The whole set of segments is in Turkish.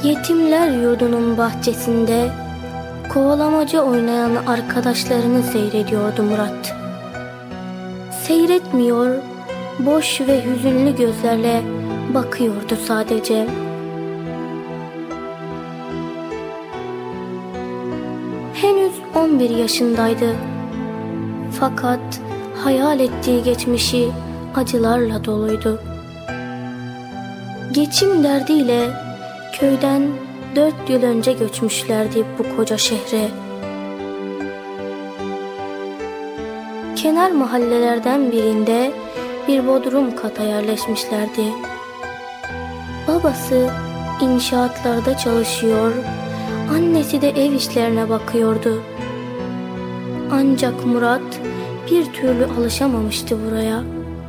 Yetimler yurdunun bahçesinde kovalamaca oynayan arkadaşlarını seyrediyordu Murat. Seyretmiyor, boş ve hüzünlü gözlerle bakıyordu sadece. Henüz 11 yaşındaydı. Fakat hayal ettiği geçmişi acılarla doluydu. Geçim derdiyle köyden 4 yıl önce göçmüşlerdi bu koca şehre. Kenar mahallelerden birinde bir bodrum kata yerleşmişlerdi. Babası inşaatlarda çalışıyor, annesi de ev işlerine bakıyordu. Ancak Murat bir türlü alışamamıştı buraya.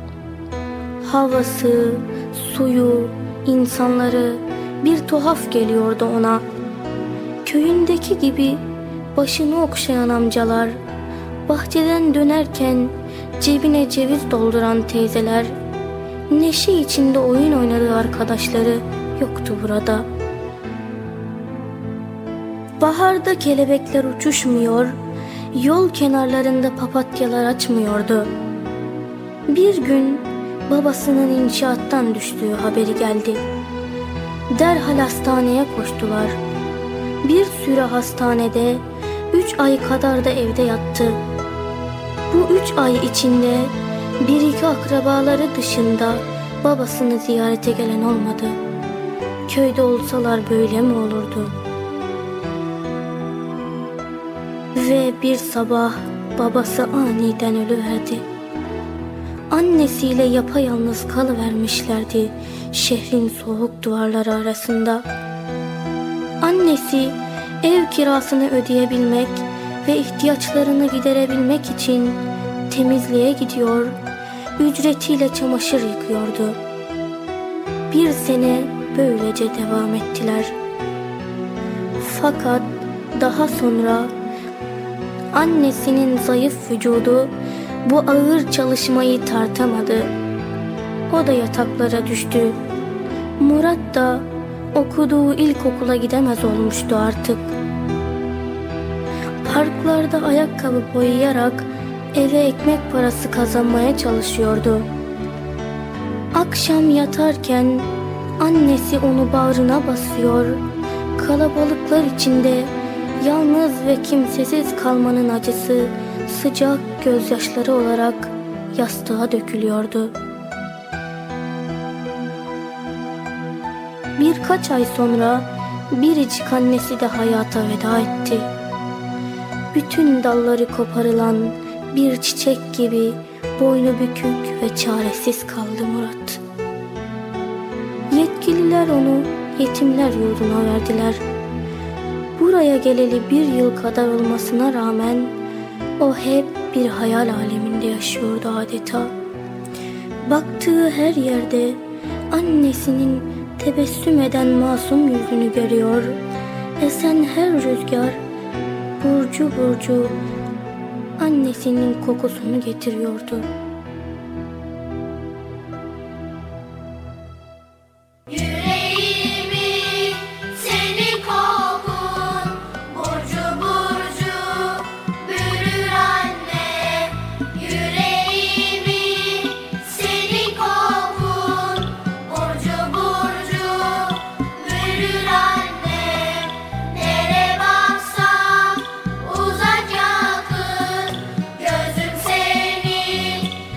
Havası, suyu, insanları bir tuhaf geliyordu ona. Köyündeki gibi başını okşayan amcalar, bahçeden dönerken cebine ceviz dolduran teyzeler, neşe içinde oyun oynadığı arkadaşları yoktu burada. Baharda kelebekler uçuşmuyor, yol kenarlarında papatyalar açmıyordu. Bir gün babasının inşaattan düştüğü haberi geldi. Derhal hastaneye koştular. Bir süre hastanede, 3 ay kadar da evde yattı. Bu 3 ay içinde bir iki akrabaları dışında babasını ziyarete gelen olmadı. Köyde olsalar böyle mi olurdu? Ve bir sabah babası aniden ölüverdi. Annesiyle yapayalnız kalıvermişlerdi şehrin soğuk duvarları arasında. Annesi ev kirasını ödeyebilmek ve ihtiyaçlarını giderebilmek için temizliğe gidiyor, ücretiyle çamaşır yıkıyordu. 1 sene böylece devam ettiler. Fakat daha sonra annesinin zayıf vücudu bu ağır çalışmayı tartamadı. O da yataklara düştü. Murat da okuduğu ilkokula gidemez olmuştu artık. Parklarda ayakkabı boyayarak eve ekmek parası kazanmaya çalışıyordu. Akşam yatarken annesi onu bağrına basıyor, kalabalıklar içinde yalnız ve kimsesiz kalmanın acısı sıcak gözyaşları olarak yastığa dökülüyordu. Birkaç ay sonra biricik annesi de hayata veda etti. Bütün dalları koparılan bir çiçek gibi boynu bükük ve çaresiz kaldı Murat. Yetkililer onu yetimler yurduna verdiler. Buraya geleli 1 yıl kadar olmasına rağmen o hep bir hayal aleminde yaşıyordu adeta. Baktığı her yerde annesinin tebessüm eden masum yüzünü görüyor. Esen her rüzgar burcu burcu annesinin kokusunu getiriyordu. Gözüm seni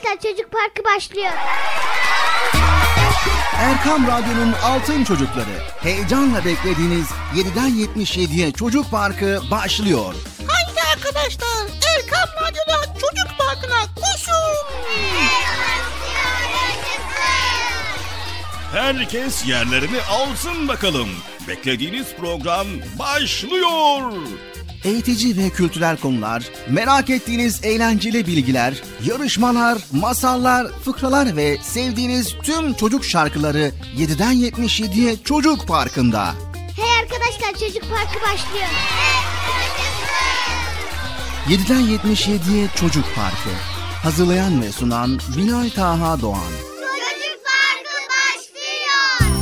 arkadaşlar, Çocuk Parkı başlıyor. Erkam Radyo'nun Altın Çocukları. Heyecanla beklediğiniz 7'den 77'ye Çocuk Parkı başlıyor. Haydi arkadaşlar, Erkam Radyo'da Çocuk Parkı'na koşun. Herkes yerlerini alsın bakalım. Beklediğiniz program başlıyor. Eğitici ve kültürel konular, merak ettiğiniz eğlenceli bilgiler, yarışmalar, masallar, fıkralar ve sevdiğiniz tüm çocuk şarkıları 7'den 77'ye Çocuk Parkı'nda. Hey arkadaşlar, Çocuk Parkı başlıyor. 7'den 77'ye Çocuk Parkı. Hazırlayan ve sunan Binay Taha Doğan. Çocuk Parkı başlıyor.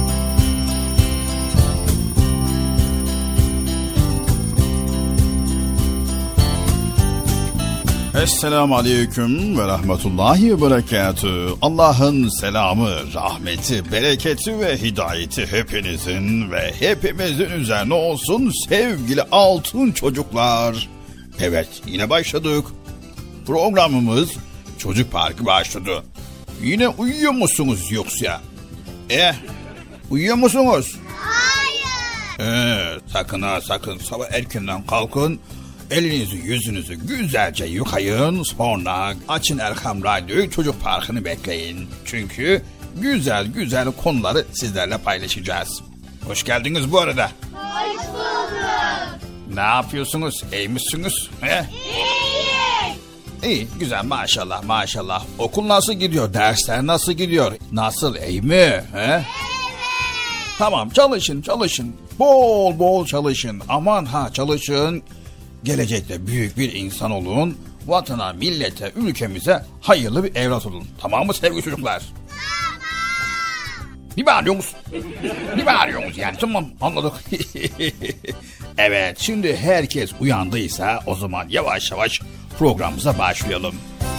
Esselamu Aleyküm ve Rahmetullahi ve Berekatühü. Allah'ın selamı, rahmeti, bereketi ve hidayeti hepinizin ve hepimizin üzerine olsun sevgili altın çocuklar. Evet, yine başladık. Programımız Çocuk Parkı başladı. Yine uyuyor musunuz yoksa? Uyuyor musunuz? Hayır. Sakın ha sakın, sabah erkenden kalkın. Elinizi yüzünüzü güzelce yıkayın. Sonra açın Erkam Radyo'yu, Çocuk Parkı'nı bekleyin. Çünkü güzel güzel konuları sizlerle paylaşacağız. Hoş geldiniz bu arada. Hoş bulduk. Ne yapıyorsunuz? İyi misiniz? İyiyiz. İyi, güzel, maşallah maşallah. Okul nasıl gidiyor? Dersler nasıl gidiyor? Nasıl, iyi mi? Evet. Tamam, çalışın. Bol bol çalışın. Aman ha, çalışın. Gelecekte büyük bir insan olun. Vatana, millete, ülkemize hayırlı bir evlat olun. Tamam mı sevgili çocuklar? Tamam. Ne bağırıyorsunuz yani? Tamam, anladık. Evet, şimdi herkes uyandıysa o zaman yavaş yavaş programımıza başlayalım.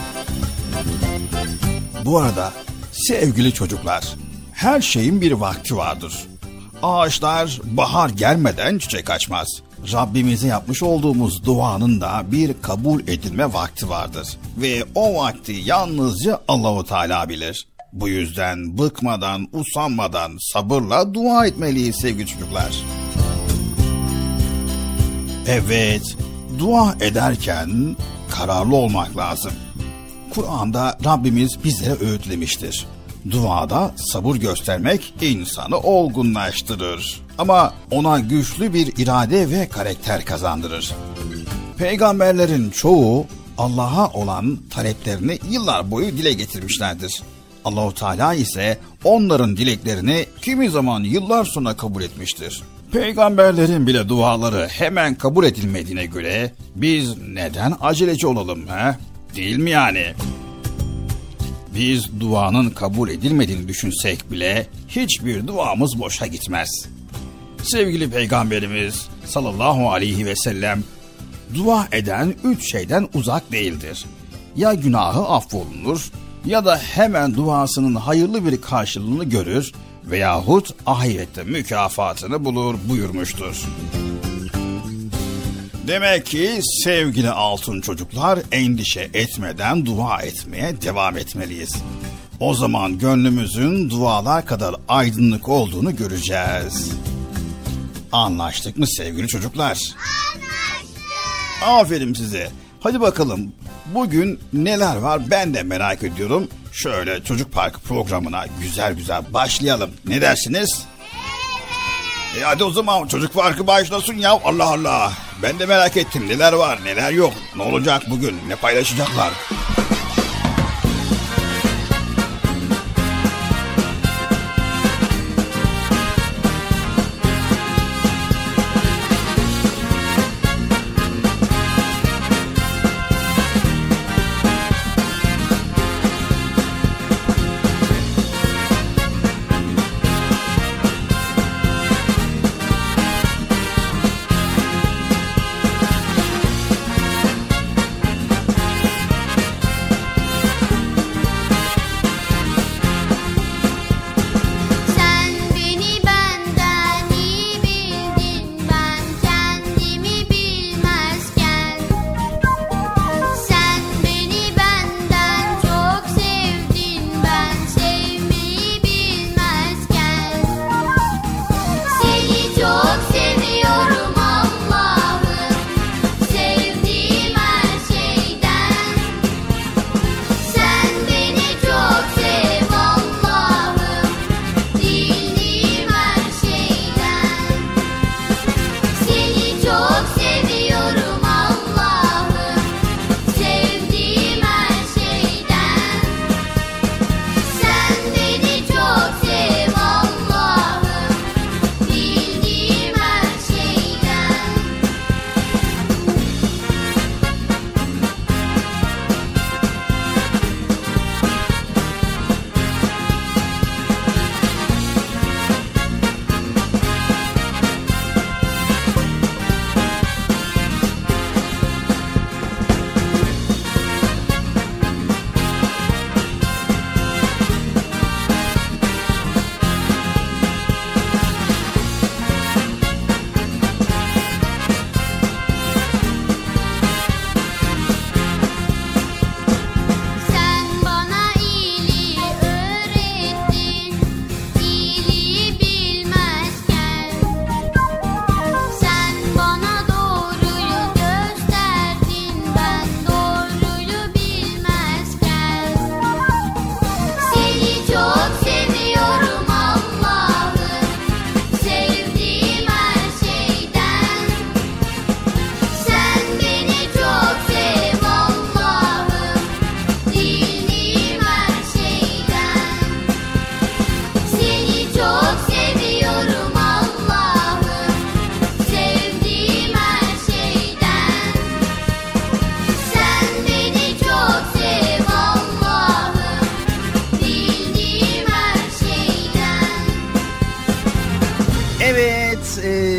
Bu arada sevgili çocuklar, her şeyin bir vakti vardır. Ağaçlar bahar gelmeden çiçek açmaz. Rabbimize yapmış olduğumuz duanın da bir kabul edilme vakti vardır. Ve o vakti yalnızca Allah-u Teala bilir. Bu yüzden bıkmadan, usanmadan, sabırla dua etmeliyiz sevgili çocuklar. Evet, dua ederken kararlı olmak lazım. Kur'an'da Rabbimiz bizlere öğütlemiştir. Duada sabır göstermek insanı olgunlaştırır. Ama ona güçlü bir irade ve karakter kazandırır. Peygamberlerin çoğu Allah'a olan taleplerini yıllar boyu dile getirmişlerdir. Allah-u Teala ise onların dileklerini kimi zaman yıllar sonra kabul etmiştir. Peygamberlerin bile duaları hemen kabul edilmediğine göre biz neden aceleci olalım he? Değil mi yani? Biz duanın kabul edilmediğini düşünsek bile hiçbir duamız boşa gitmez. Sevgili Peygamberimiz sallallahu aleyhi ve sellem dua eden 3 şeyden uzak değildir. Ya günahı affolunur ya da hemen duasının hayırlı bir karşılığını görür veyahut ahirette mükafatını bulur buyurmuştur. Demek ki sevgili altın çocuklar, endişe etmeden dua etmeye devam etmeliyiz. O zaman gönlümüzün dualar kadar aydınlık olduğunu göreceğiz. Anlaştık mı sevgili çocuklar? Anlaştık. Aferin size. Hadi bakalım bugün neler var ben de merak ediyorum. Şöyle Çocuk Parkı programına güzel güzel başlayalım. Ne dersiniz? Evet. Hadi o zaman Çocuk Parkı başlasın ya. Allah Allah. Ben de merak ettim. Neler var neler yok. Ne olacak bugün? Ne paylaşacaklar?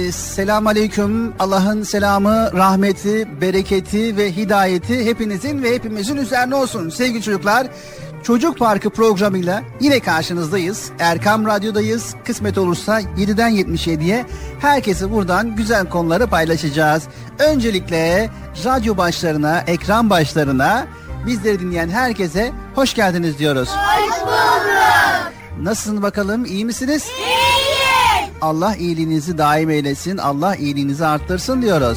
Selamun aleyküm. Allah'ın selamı, rahmeti, bereketi ve hidayeti hepinizin ve hepimizin üzerine olsun. Sevgili çocuklar, Çocuk Parkı programıyla yine karşınızdayız. Erkam Radyo'dayız. Kısmet olursa 7'den 77'ye herkese buradan güzel konuları paylaşacağız. Öncelikle radyo başlarına, ekran başlarına, bizleri dinleyen herkese hoş geldiniz diyoruz. Hoş bulduk. Nasılsınız bakalım, iyi misiniz? İyiyiz. Allah iyiliğinizi daim eylesin, Allah iyiliğinizi arttırsın diyoruz.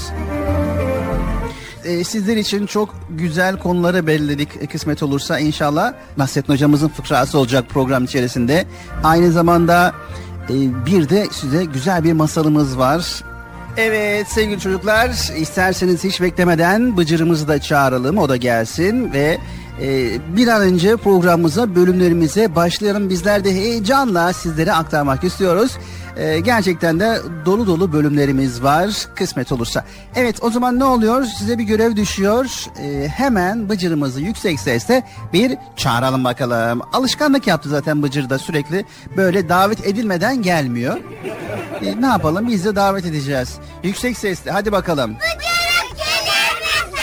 Sizler için çok güzel konuları belirledik kısmet olursa inşallah. Nasrettin hocamızın fıkrası olacak program içerisinde. Aynı zamanda bir de size güzel bir masalımız var. Evet sevgili çocuklar, isterseniz hiç beklemeden Bıcır'ımızı da çağıralım, o da gelsin ve bir an önce programımıza, bölümlerimize başlayalım. Bizler de heyecanla sizlere aktarmak istiyoruz. Gerçekten de dolu dolu bölümlerimiz var kısmet olursa. Evet, o zaman ne oluyor? Size bir görev düşüyor. Hemen Bıcır'ımızı yüksek sesle bir çağıralım bakalım. Alışkanlık yaptı zaten Bıcır da, sürekli böyle davet edilmeden gelmiyor. Ne yapalım, biz de davet edeceğiz. Yüksek sesle hadi bakalım. Bıcır'ım gelir misin?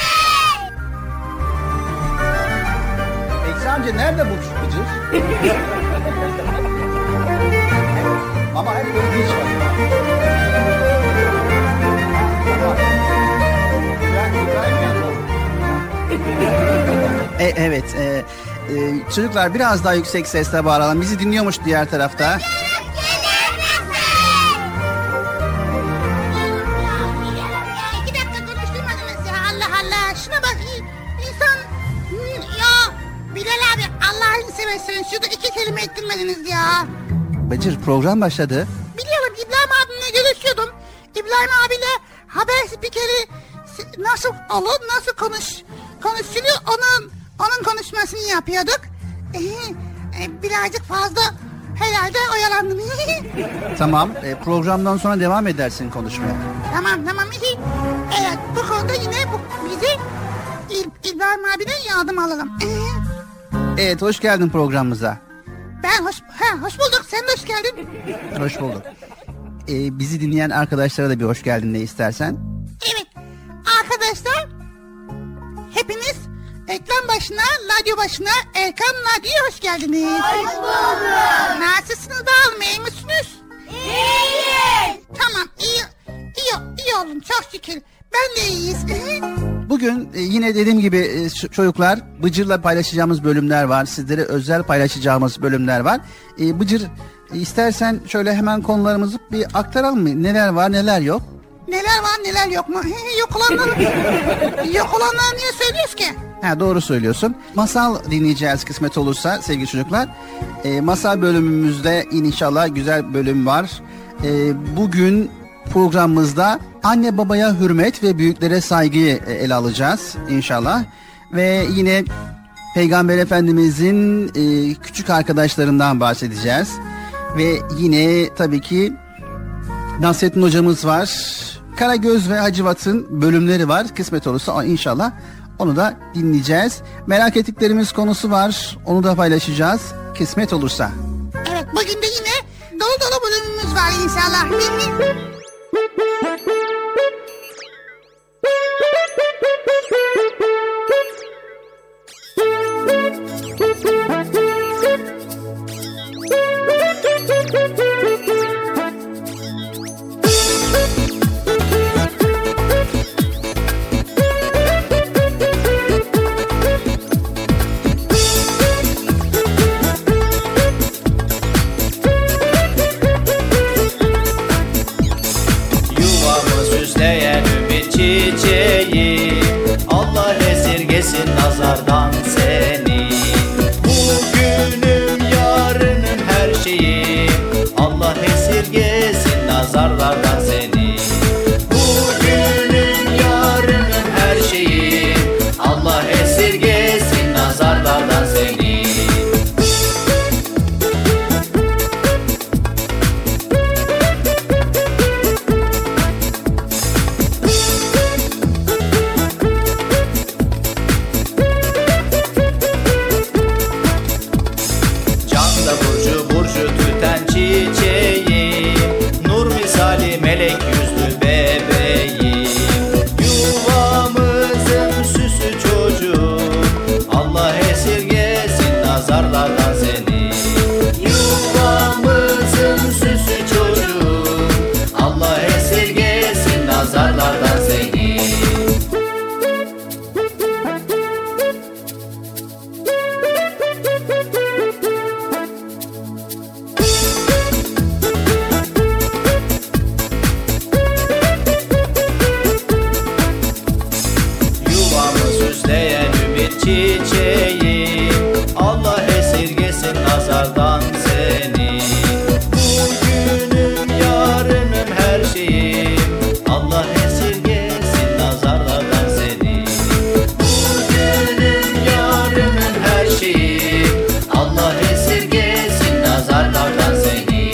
Ekşi amca nerede bu Bıcır? Ama hep böyle hiç var. Evet. Çocuklar biraz daha yüksek sesle bağıralım. Bizi dinliyormuş diğer tarafta. İki dakika konuşturmadınız ya. Allah Allah. Şuna bak. İnsan... Ya Bilal abi, Allah'ını seversen şurada iki kelime ettirmediniz ya. Bıcır, program başladı. Biliyorum, İbrahim abimle görüşüyordum. İbrahim abiyle haber spikeri nasıl olur, nasıl konuşuluyor, onun konuşmasını yapıyorduk. Birazcık fazla herhalde oyalandım. Tamam, programdan sonra devam edersin konuşmaya. Tamam. Evet, bu konuda yine bizi İbrahim abiden yardım alalım. Evet, hoş geldin programımıza. Hoş bulduk. Sen de hoş geldin. Hoş bulduk. Bizi dinleyen arkadaşlara da bir hoş geldin de istersen. Evet. Arkadaşlar, hepiniz ekran başına, radyo başına, Erkan Radyo'ya hoş geldiniz. Hoş bulduk. Nasılsınız bakalım, iyi misiniz? İyiyiz. Tamam, iyi olun, çok şükür. Ben de iyiyiz. Bugün yine dediğim gibi çocuklar, Bıcır'la paylaşacağımız bölümler var. Sizlere özel paylaşacağımız bölümler var. Bıcır, istersen şöyle hemen konularımızı bir aktaralım mı? Neler var, neler yok? Neler var, neler yok mu? Yok olanları niye söylüyoruz ki? Doğru söylüyorsun. Masal dinleyeceğiz kısmet olursa sevgili çocuklar. Masal bölümümüzde inşallah güzel bölüm var. Bugün programımızda anne babaya hürmet ve büyüklere saygıyı ele alacağız inşallah. Ve yine Peygamber Efendimizin küçük arkadaşlarından bahsedeceğiz. Ve yine tabii ki Nasrettin hocamız var. Karagöz ve Hacivat'ın bölümleri var. Kısmet olursa inşallah onu da dinleyeceğiz. Merak ettiklerimiz konusu var. Onu da paylaşacağız. Kısmet olursa. Evet, bugün de yine dolu bölümümüz var inşallah. çiçeği, Allah esirgesin nazardan seni. Bugünüm yarınım her şeyi, Allah esirgesin nazarlardan seni. Bugünüm yarınım her şeyi, Allah esirgesin nazarlardan seni. çiçeğim. Allah esirgesin nazardan seni. Bugünüm yarınım her şeyim. Allah esirgesin nazarlardan seni. Bugünüm yarınım her şeyim. Allah esirgesin nazarlardan seni.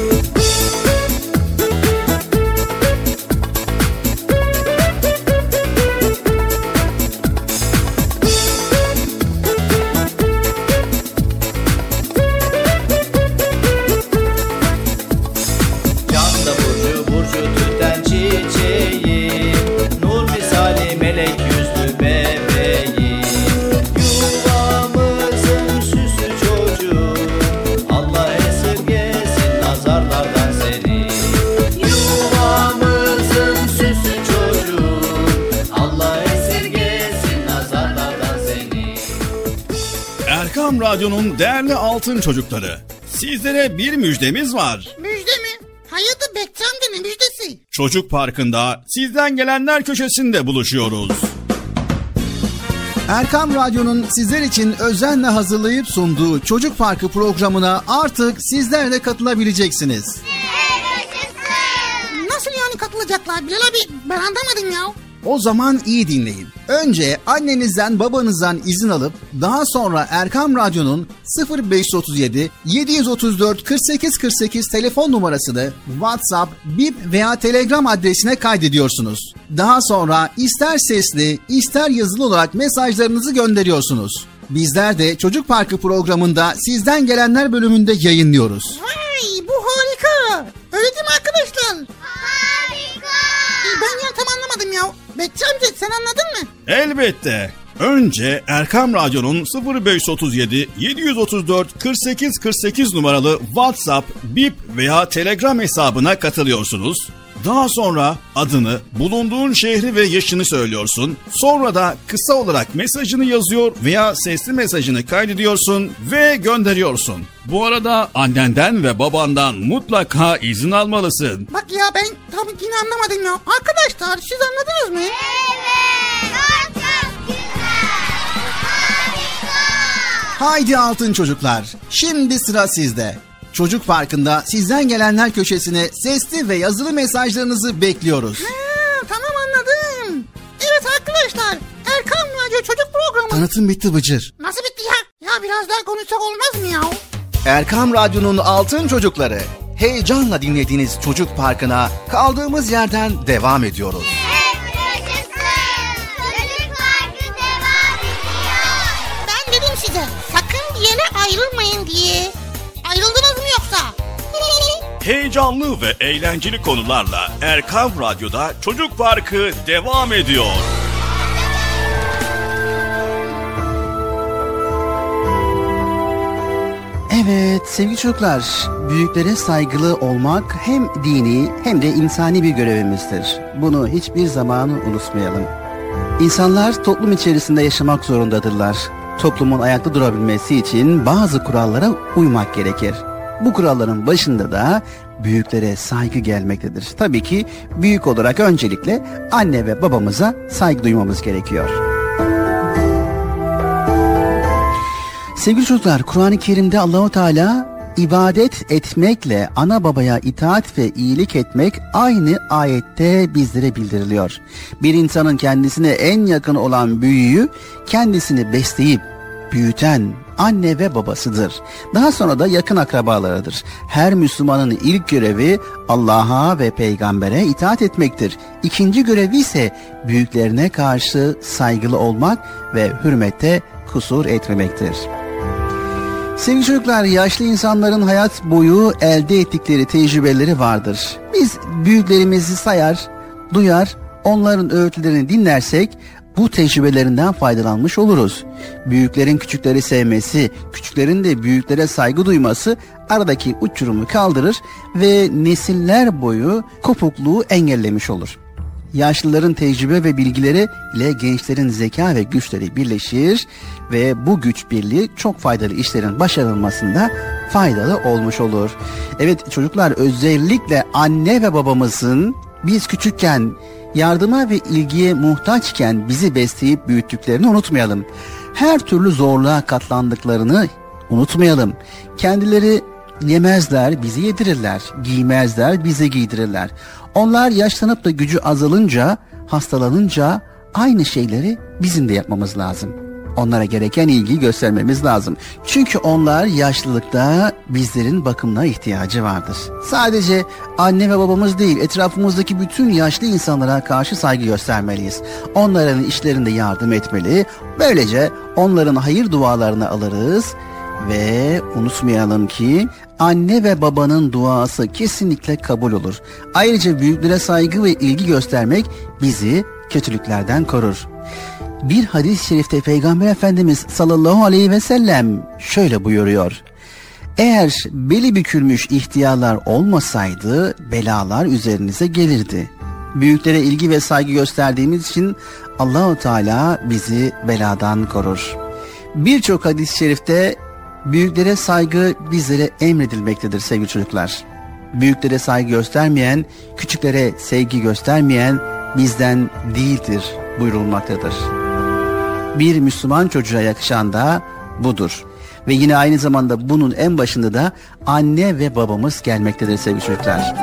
Canda burcu burcu tüten çiçeğim. Nur misali melek yüzlü bebeğim. Yuvamızın süsü çocuğu. Allah esirgesin nazarlardan seni. Yuvamızın süsü çocuğu. Allah esirgesin nazarlardan seni. Erkam Radyo'nun değerli altın çocukları, sizlere bir müjdemiz var. Müjde mi? Hayırdır Bekçi amca, ne müjdesi? Çocuk Parkı'nda sizden gelenler köşesinde buluşuyoruz. Erkam Radyo'nun sizler için özenle hazırlayıp sunduğu Çocuk Parkı programına artık sizler de katılabileceksiniz. Nasıl yani katılacaklar Bilal abi? Ben anlamadım ya. O zaman iyi dinleyin. Önce annenizden babanızdan izin alıp daha sonra Erkam Radyo'nun 0537 734 48 48 telefon numarasını WhatsApp, Bip veya Telegram adresine kaydediyorsunuz. Daha sonra ister sesli ister yazılı olarak mesajlarınızı gönderiyorsunuz. Bizler de Çocuk Parkı programında sizden gelenler bölümünde yayınlıyoruz. Vay, bu harika. Öyle değil mi arkadaşlar? Harika. Ben ya tam anlamadım ya. Bekçi amca sen anladın mı? Elbette. Önce Erkam Radyo'nun 0537 734 48 48 numaralı WhatsApp, Bip veya Telegram hesabına katılıyorsunuz. Daha sonra adını, bulunduğun şehri ve yaşını söylüyorsun. Sonra da kısa olarak mesajını yazıyor veya sesli mesajını kaydediyorsun ve gönderiyorsun. Bu arada annenden ve babandan mutlaka izin almalısın. Bak ya ben tam yine anlamadım ya. Arkadaşlar siz anladınız mı? Evet, çok güzel. Harika. Haydi altın çocuklar, şimdi sıra sizde. Çocuk Parkı'nda sizden gelenler köşesine sesli ve yazılı mesajlarınızı bekliyoruz. Tamam anladım. Evet arkadaşlar, Erkam Radyo Çocuk Programı. Tanıtım bitti Bıcır. Nasıl bitti ya? Ya biraz daha konuşsak olmaz mı ya? Erkam Radyo'nun altın çocukları, heyecanla dinlediğiniz Çocuk Parkı'na kaldığımız yerden devam ediyoruz. Çocuk Parkı devam ediyor. Ben dedim size sakın bir yere ayrılmayın diye. Ayrıldınız mı yoksa? Heyecanlı ve eğlenceli konularla Erkam Radyo'da Çocuk Parkı devam ediyor. Evet sevgili çocuklar, büyüklere saygılı olmak hem dini hem de insani bir görevimizdir. Bunu hiçbir zaman unutmayalım. İnsanlar toplum içerisinde yaşamak zorundadırlar. Toplumun ayakta durabilmesi için bazı kurallara uymak gerekir. Bu kuralların başında da büyüklere saygı gelmektedir. Tabii ki büyük olarak öncelikle anne ve babamıza saygı duymamız gerekiyor. Sevgili çocuklar, Kur'an-ı Kerim'de Allah-u Teala ibadet etmekle ana babaya itaat ve iyilik etmek aynı ayette bizlere bildiriliyor. Bir insanın kendisine en yakın olan büyüğü kendisini besleyip büyüten anne ve babasıdır. Daha sonra da yakın akrabalarıdır. Her Müslümanın ilk görevi Allah'a ve peygambere itaat etmektir. İkinci görevi ise büyüklerine karşı saygılı olmak ve hürmette kusur etmemektir. Sevgili çocuklar, yaşlı insanların hayat boyu elde ettikleri tecrübeleri vardır. Biz büyüklerimizi sayar, duyar, onların öğütlerini dinlersek bu tecrübelerinden faydalanmış oluruz. Büyüklerin küçükleri sevmesi, küçüklerin de büyüklere saygı duyması aradaki uçurumu kaldırır ve nesiller boyu kopukluğu engellemiş olur. Yaşlıların tecrübe ve bilgileri ile gençlerin zeka ve güçleri birleşir ve bu güç birliği çok faydalı işlerin başarılmasında faydalı olmuş olur. Evet çocuklar, özellikle anne ve babamızın biz küçükken yardıma ve ilgiye muhtaçken bizi besleyip büyüttüklerini unutmayalım. her türlü zorluğa katlandıklarını unutmayalım. Kendileri yemezler, bizi yedirirler. Giymezler, bizi giydirirler. Onlar yaşlanıp da gücü azalınca, hastalanınca aynı şeyleri bizim de yapmamız lazım. Onlara gereken ilgiyi göstermemiz lazım. Çünkü onlar yaşlılıkta bizlerin bakımına ihtiyacı vardır. Sadece anne ve babamız değil, etrafımızdaki bütün yaşlı insanlara karşı saygı göstermeliyiz. Onların işlerinde yardım etmeli. Böylece onların hayır dualarını alırız. Ve unutmayalım ki anne ve babanın duası kesinlikle kabul olur. Ayrıca büyüklere saygı ve ilgi göstermek bizi kötülüklerden korur. Bir hadis-i şerifte Peygamber Efendimiz sallallahu aleyhi ve sellem şöyle buyuruyor. Eğer beli bükülmüş ihtiyarlar olmasaydı belalar üzerinize gelirdi. Büyüklere ilgi ve saygı gösterdiğimiz için Allah-u Teala bizi beladan korur. Birçok hadis-i şerifte büyüklere saygı bizlere emredilmektedir sevgili çocuklar. Büyüklere saygı göstermeyen, küçüklere sevgi göstermeyen bizden değildir buyurulmaktadır. Bir Müslüman çocuğa yakışan da budur. Ve yine aynı zamanda bunun en başında da anne ve babamız gelmektedir sevgili çocuklar.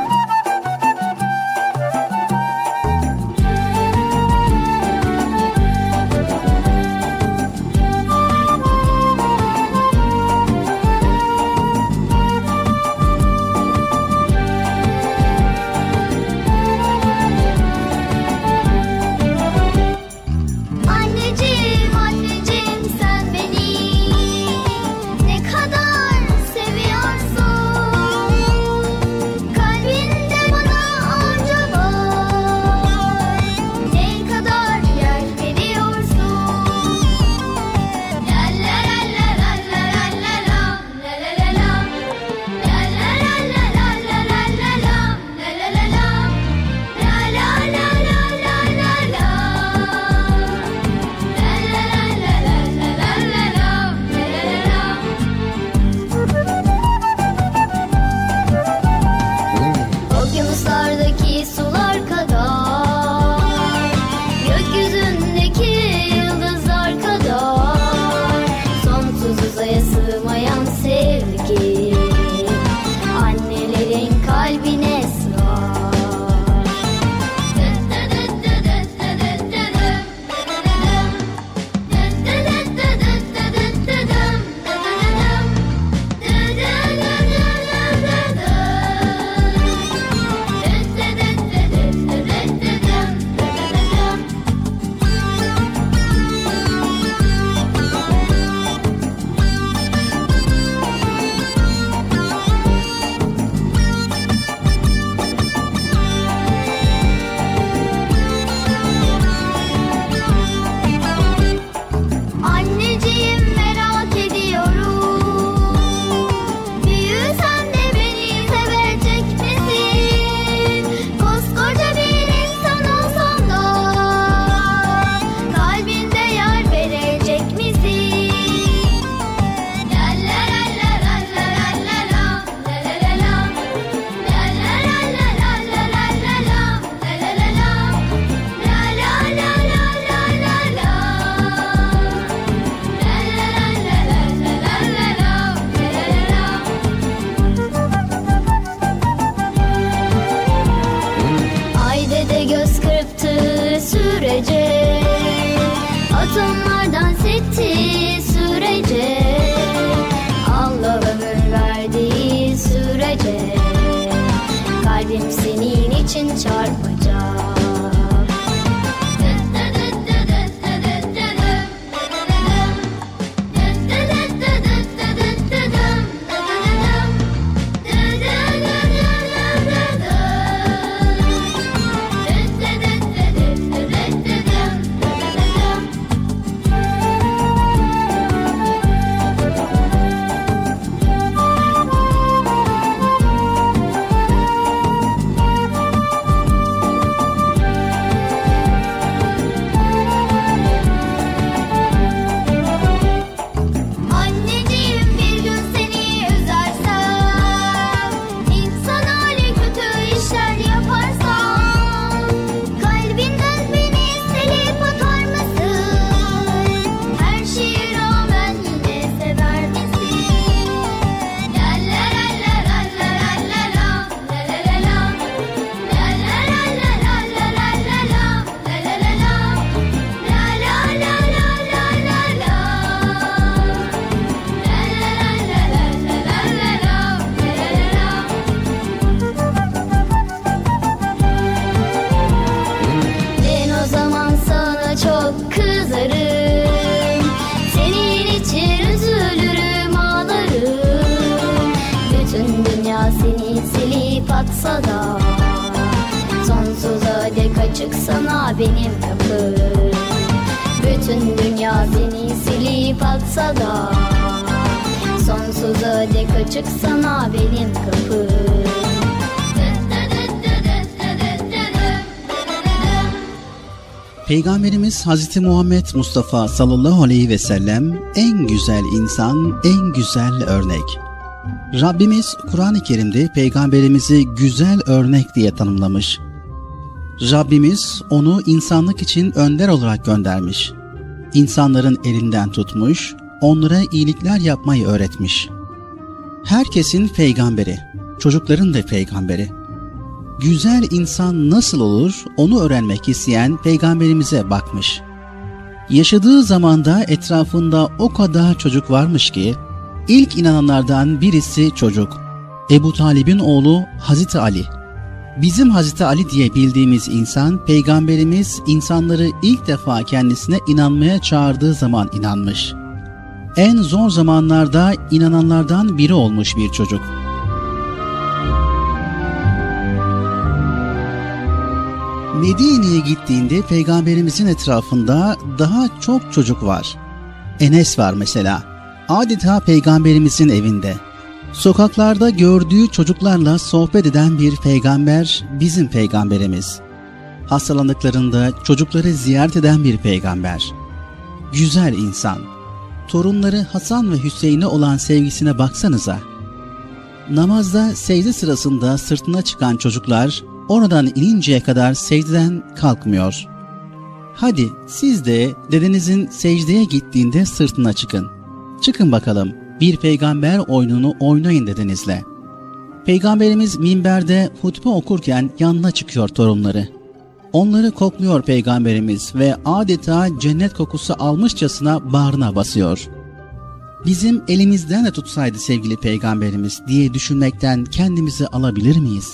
açık sana benim kapım. Bütün dünya seni silip atsa da sonsuza dek açık sana benim kapım. Peygamberimiz Hazreti Muhammed Mustafa sallallahu aleyhi ve sellem en güzel insan, en güzel örnek. Rabbimiz Kur'an-ı Kerim'de Peygamberimizi güzel örnek diye tanımlamış. Rabbimiz onu insanlık için önder olarak göndermiş. İnsanların elinden tutmuş, onlara iyilikler yapmayı öğretmiş. Herkesin peygamberi, çocukların da peygamberi. Güzel insan nasıl olur onu öğrenmek isteyen peygamberimize bakmış. Yaşadığı zamanda etrafında o kadar çocuk varmış ki ilk inananlardan birisi çocuk. Ebu Talib'in oğlu Hazreti Ali. Bizim Hazreti Ali diye bildiğimiz insan, peygamberimiz insanları ilk defa kendisine inanmaya çağırdığı zaman inanmış. En zor zamanlarda inananlardan biri olmuş bir çocuk. Medine'ye gittiğinde peygamberimizin etrafında daha çok çocuk var. Enes var mesela. Adeta peygamberimizin evinde. Sokaklarda gördüğü çocuklarla sohbet eden bir peygamber bizim peygamberimiz. Hastalandıklarında çocukları ziyaret eden bir peygamber. Güzel insan. Torunları Hasan ve Hüseyin'e olan sevgisine baksanıza. Namazda secde sırasında sırtına çıkan çocuklar oradan ininceye kadar secdeden kalkmıyor. Hadi siz de dedenizin secdeye gittiğinde sırtına çıkın. Çıkın bakalım bir peygamber oyununu oynayın dedenizle. Peygamberimiz minberde hutbe okurken yanına çıkıyor torunları. Onları kokluyor peygamberimiz ve adeta cennet kokusu almışçasına bağrına basıyor. Bizim elimizden de tutsaydı sevgili peygamberimiz diye düşünmekten kendimizi alabilir miyiz?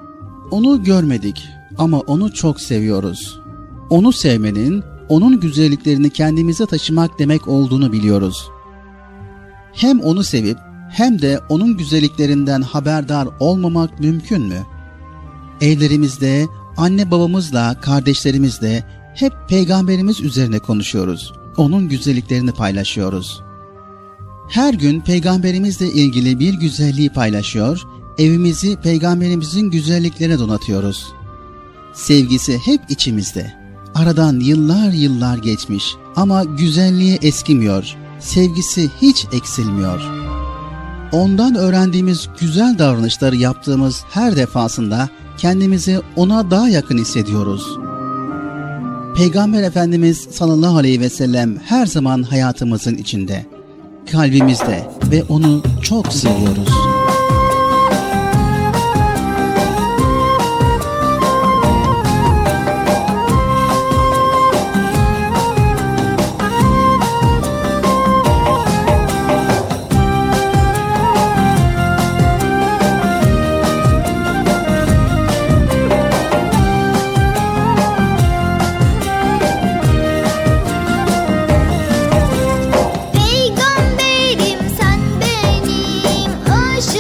Onu görmedik ama onu çok seviyoruz. Onu sevmenin, onun güzelliklerini kendimize taşımak demek olduğunu biliyoruz. Hem onu sevip hem de onun güzelliklerinden haberdar olmamak mümkün mü? Evlerimizde anne babamızla, kardeşlerimizle hep peygamberimiz üzerine konuşuyoruz. Onun güzelliklerini paylaşıyoruz. Her gün peygamberimizle ilgili bir güzelliği paylaşıyor, evimizi peygamberimizin güzelliklerine donatıyoruz. Sevgisi hep içimizde. Aradan yıllar geçmiş ama güzelliği eskimiyor. Sevgisi hiç eksilmiyor. Ondan öğrendiğimiz güzel davranışları yaptığımız her defasında kendimizi ona daha yakın hissediyoruz. Peygamber Efendimiz sallallahu aleyhi ve sellem her zaman hayatımızın içinde, kalbimizde ve onu çok seviyoruz. Peygamberim sen benim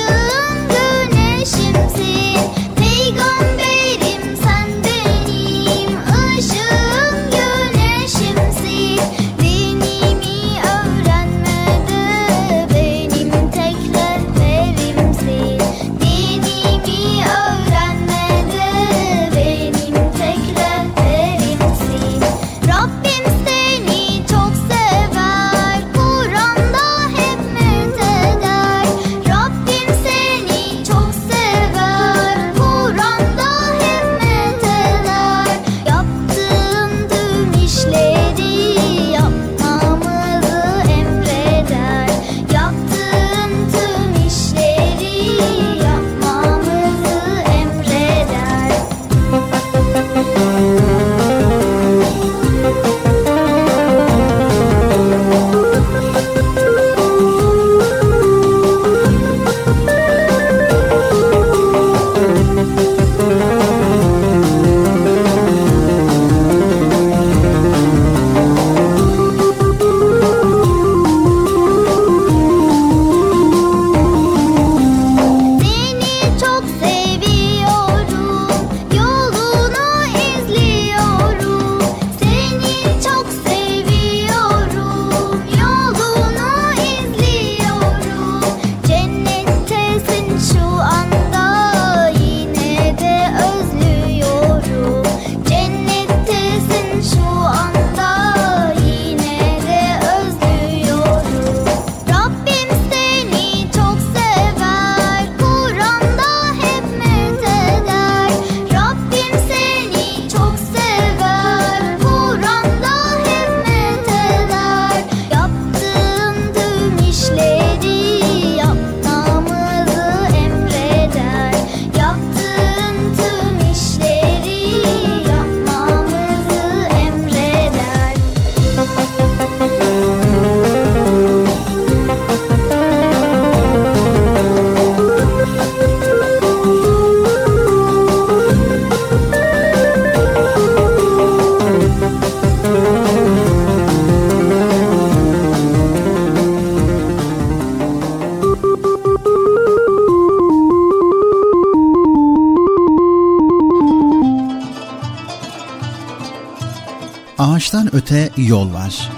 Ağaçtan öte yol var.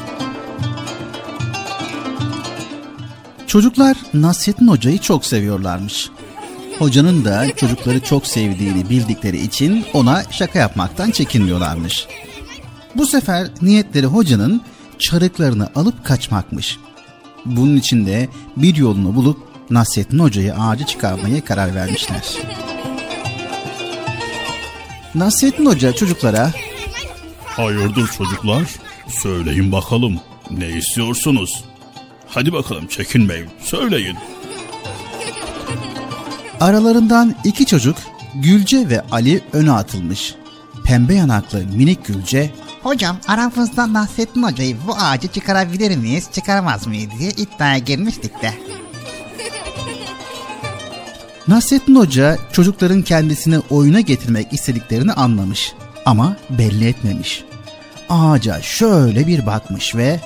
Çocuklar Nasrettin Hoca'yı çok seviyorlarmış. Hocanın da çocukları çok sevdiğini bildikleri için ona şaka yapmaktan çekinmiyorlarmış. Bu sefer niyetleri hocanın çarıklarını alıp kaçmakmış. Bunun için de bir yolunu bulup Nasrettin Hoca'yı ağaca çıkarmaya karar vermişler. Nasrettin Hoca çocuklara Hayırdır çocuklar? Söyleyin bakalım. Ne istiyorsunuz? Hadi bakalım çekinmeyin. Söyleyin. Aralarından iki çocuk Gülce ve Ali öne atılmış. Pembe yanaklı minik Gülce, Hocam aramızda Nasrettin Hoca'yı bu ağaca çıkarabilir miyiz, çıkaramaz mıyız diye iddiaya girmiştik de. Nasrettin Hoca çocukların kendisini oyuna getirmek istediklerini anlamış ama belli etmemiş. Ağaca şöyle bir bakmış ve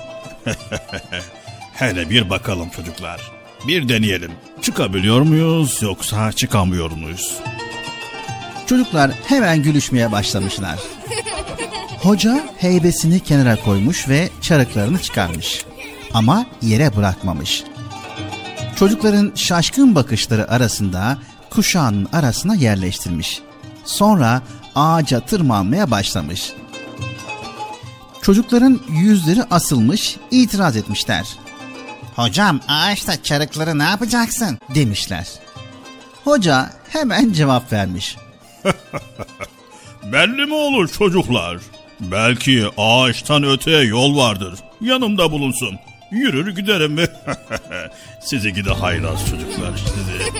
Hele bir bakalım çocuklar. Bir deneyelim. Çıkabiliyor muyuz yoksa çıkamıyor muyuz? çocuklar hemen gülüşmeye başlamışlar. Hoca heybesini kenara koymuş ve çarıklarını çıkarmış. Ama yere bırakmamış. Çocukların şaşkın bakışları arasında kuşağının arasına yerleştirmiş. Sonra ağaca tırmanmaya başlamış. Çocukların yüzleri asılmış, itiraz etmişler. Hocam ağaçta çarıkları ne yapacaksın Demişler. Hoca hemen cevap vermiş. Belli mi olur çocuklar? Belki ağaçtan öteye yol vardır. Yanımda bulunsun. Yürür giderim mi? Sizi gide haylaz çocuklar sizi.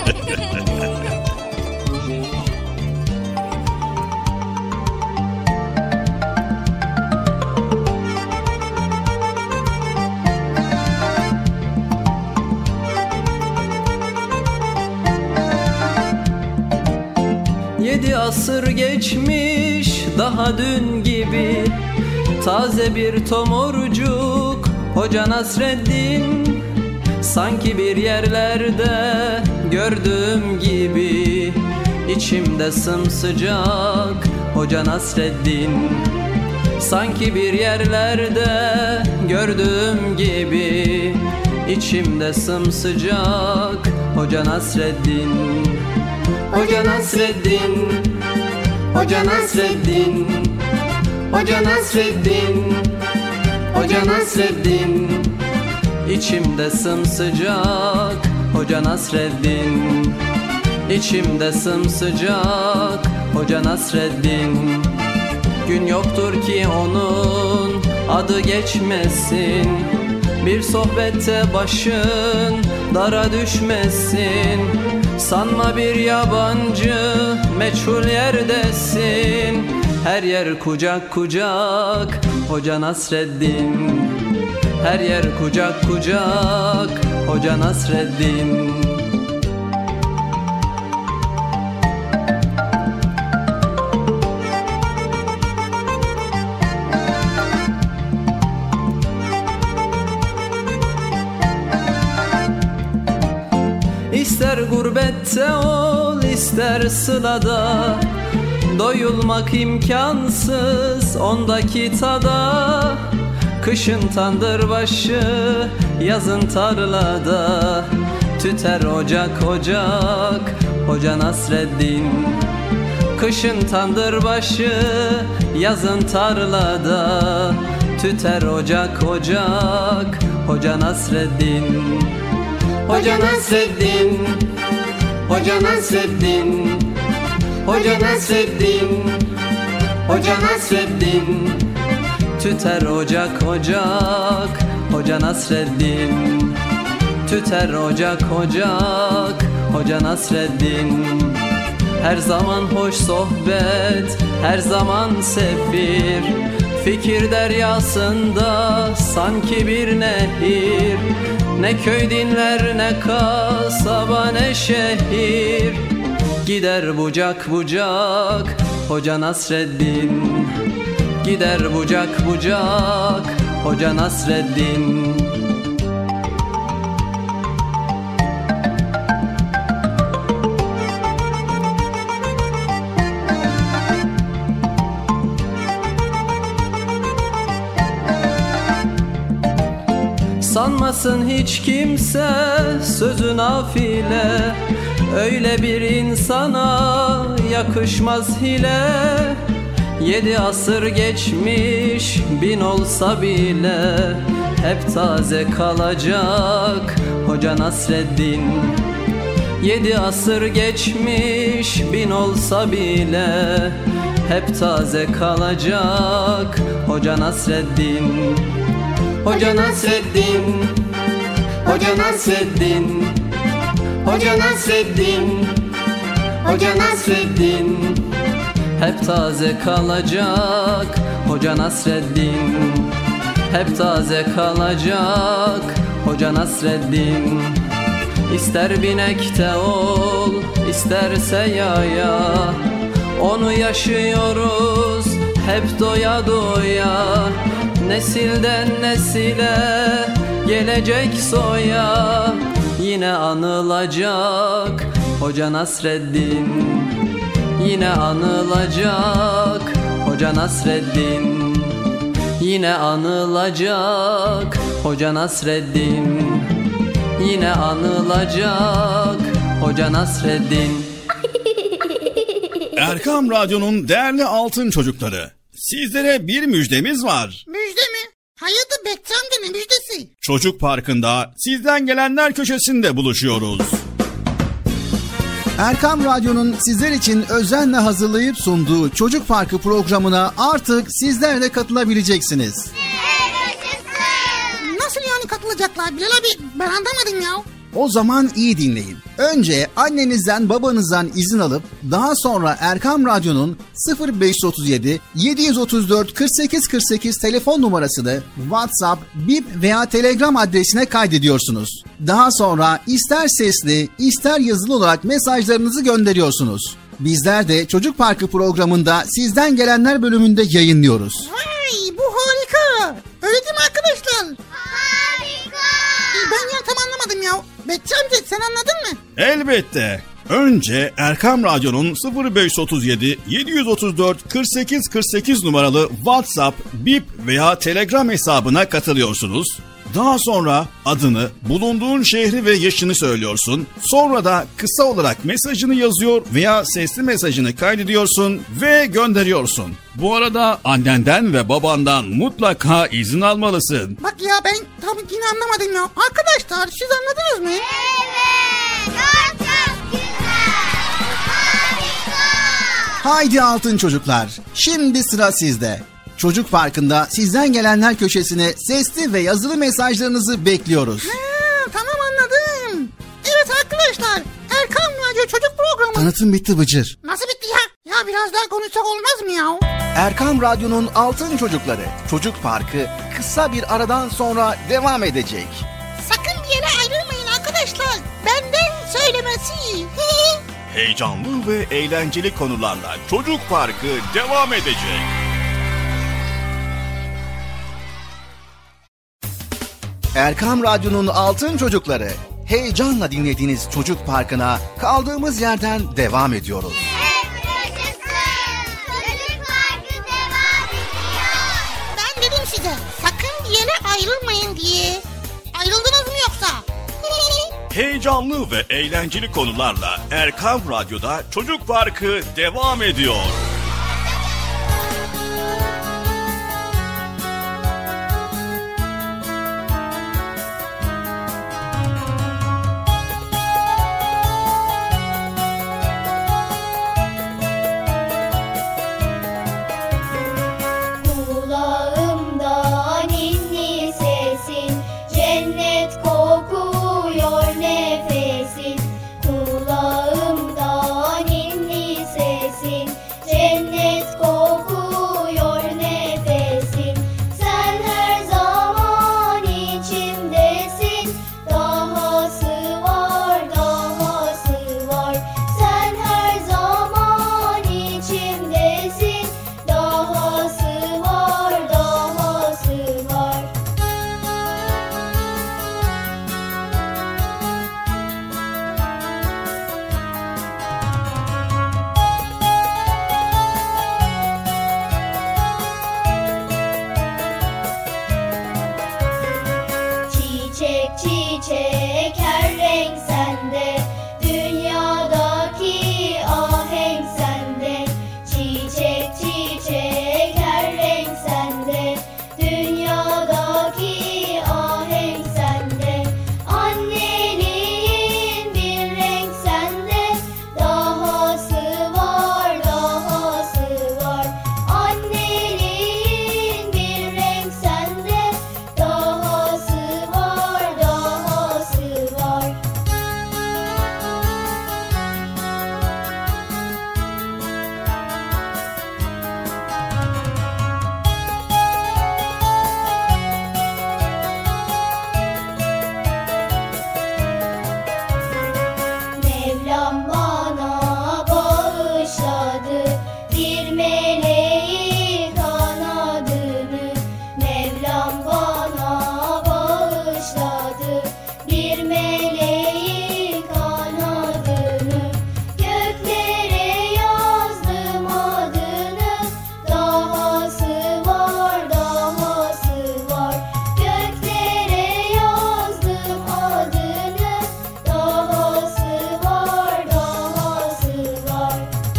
7 asır geçmiş daha dün gibi, taze bir tomurcuk Hoca Nasreddin. Sanki bir yerlerde gördüğüm gibi, içimde sımsıcak Hoca Nasreddin. Sanki bir yerlerde gördüğüm gibi, içimde sımsıcak Hoca Nasreddin. Hoca Nasreddin, Hoca Nasreddin, Hoca Nasreddin, Hoca Nasreddin. İçimde sımsıcak Hoca Nasreddin. İçimde sımsıcak Hoca Nasreddin. Gün yoktur ki onun adı geçmesin, bir sohbette başın dara düşmesin. Sanma bir yabancı meçhul yerdesin, her yer kucak kucak Hoca Nasreddin. Her yer kucak kucak Hoca Nasreddin. İster gurbette ol, ister sılada, doyulmak imkansız ondaki tada. Kışın tandır başı, yazın tarlada, tüter ocak ocak Hoca Nasreddin. Kışın tandır başı, yazın tarlada, tüter ocak ocak Hoca Nasreddin. Hoca Nasreddin, Hoca Nasreddin, Hoca Nasreddin, Hoca Nasreddin. Tüter ocak ocak Hoca Nasreddin. Tüter ocak ocak Hoca Nasreddin. Her zaman hoş sohbet, her zaman sefir, fikir deryasında sanki bir nehir. Ne köy dinler, ne kasaba, ne şehir, gider bucak bucak Hoca Nasreddin. Gider bucak bucak Hoca Nasreddin. Sormasın hiç kimse sözü nafile, öyle bir insana yakışmaz hile. 7 asır geçmiş 1000 olsa bile hep taze kalacak Hoca Nasreddin. 7 asır geçmiş 1000 olsa bile hep taze kalacak Hoca Nasreddin. Hoca Nasreddin, Hoca Nasreddin, Hoca Nasreddin, Hoca Nasreddin, hep taze kalacak Hoca Nasreddin, hep taze kalacak Hoca Nasreddin. İster binekte ol, isterse yaya, onu yaşıyoruz hep doya doya. Nesilden nesile gelecek soya, yine anılacak Hoca Nasreddin. Yine anılacak Hoca Nasreddin. Yine anılacak Hoca Nasreddin. Yine anılacak Hoca Nasreddin. Erkam Radyo'nun değerli altın çocukları, sizlere bir müjdemiz var. Müjde mi? Hayırdır Bekçi amca, ne müjdesi? Çocuk Parkı'nda sizden gelenler köşesinde buluşuyoruz. Erkam Radyo'nun sizler için özenle hazırlayıp sunduğu Çocuk Parkı programına artık sizler de katılabileceksiniz. Nasıl yani katılacaklar Bilal abi? Ben anlamadım ya. O zaman iyi dinleyin. Önce annenizden babanızdan izin alıp daha sonra Erkam Radyo'nun 0537 734 48 48 telefon numarasını WhatsApp, Bip veya Telegram adresine kaydediyorsunuz. Daha sonra ister sesli ister yazılı olarak mesajlarınızı gönderiyorsunuz. Bizler de Çocuk Parkı programında sizden gelenler bölümünde yayınlıyoruz. Vay, bu harika. Öyle değil mi arkadaşlar? Harika. Ben ya tam anlamadım ya. Bekçi amca sen anladın mı? Elbette. Önce Erkam Radyo'nun 0537 734 48 48 numaralı WhatsApp, Bip veya Telegram hesabına katılıyorsunuz. Daha sonra adını, bulunduğun şehri ve yaşını söylüyorsun. Sonra da kısa olarak mesajını yazıyor veya sesli mesajını kaydediyorsun ve gönderiyorsun. Bu arada annenden ve babandan mutlaka izin almalısın. Bak ya ben tam yine anlamadım ya. Arkadaşlar siz anladınız mı? Evet. Çok güzel. Harika. Haydi altın çocuklar, şimdi sıra sizde. Çocuk Parkı'nda sizden gelenler köşesine sesli ve yazılı mesajlarınızı bekliyoruz. Tamam anladım. Evet arkadaşlar, Erkam Radyo Çocuk Programı. Tanıtım bitti Bıcır. Nasıl bitti ya? Ya biraz daha konuşsak olmaz mı ya? Erkam Radyo'nun altın çocukları Çocuk Parkı kısa bir aradan sonra devam edecek. Sakın bir yere ayrılmayın arkadaşlar. Benden söylemesi. Heyecanlı ve eğlenceli konularla Çocuk Parkı devam edecek. Erkam Radyo'nun altın çocukları, heyecanla dinlediğiniz Çocuk Parkı'na kaldığımız yerden devam ediyoruz. Çocuk Parkı devam ediyor. Ben dedim size sakın bir yere ayrılmayın diye. Ayrıldınız mı yoksa? Heyecanlı ve eğlenceli konularla Erkam Radyo'da Çocuk Parkı devam ediyor. Kulağımda ninni sesin, cennet kokuyor nefesin. Kulağımda ninni sesin, çiçek her renk sende, dünyadaki ahenk sende. Çiçek çiçek her renk sende, dünyadaki ahenk sende. Anneliğin bir renk sende, dahası var dahası var. Anneliğin bir renk sende, dahası var dahası var. Mevlam bana bağışladı bir meleğin kanadını. Mevlam bana bağışladı bir meleğin kanadını. Göklere yazdım adını, dahası var dahası var. Göklere yazdım adını, dahası var dahası var.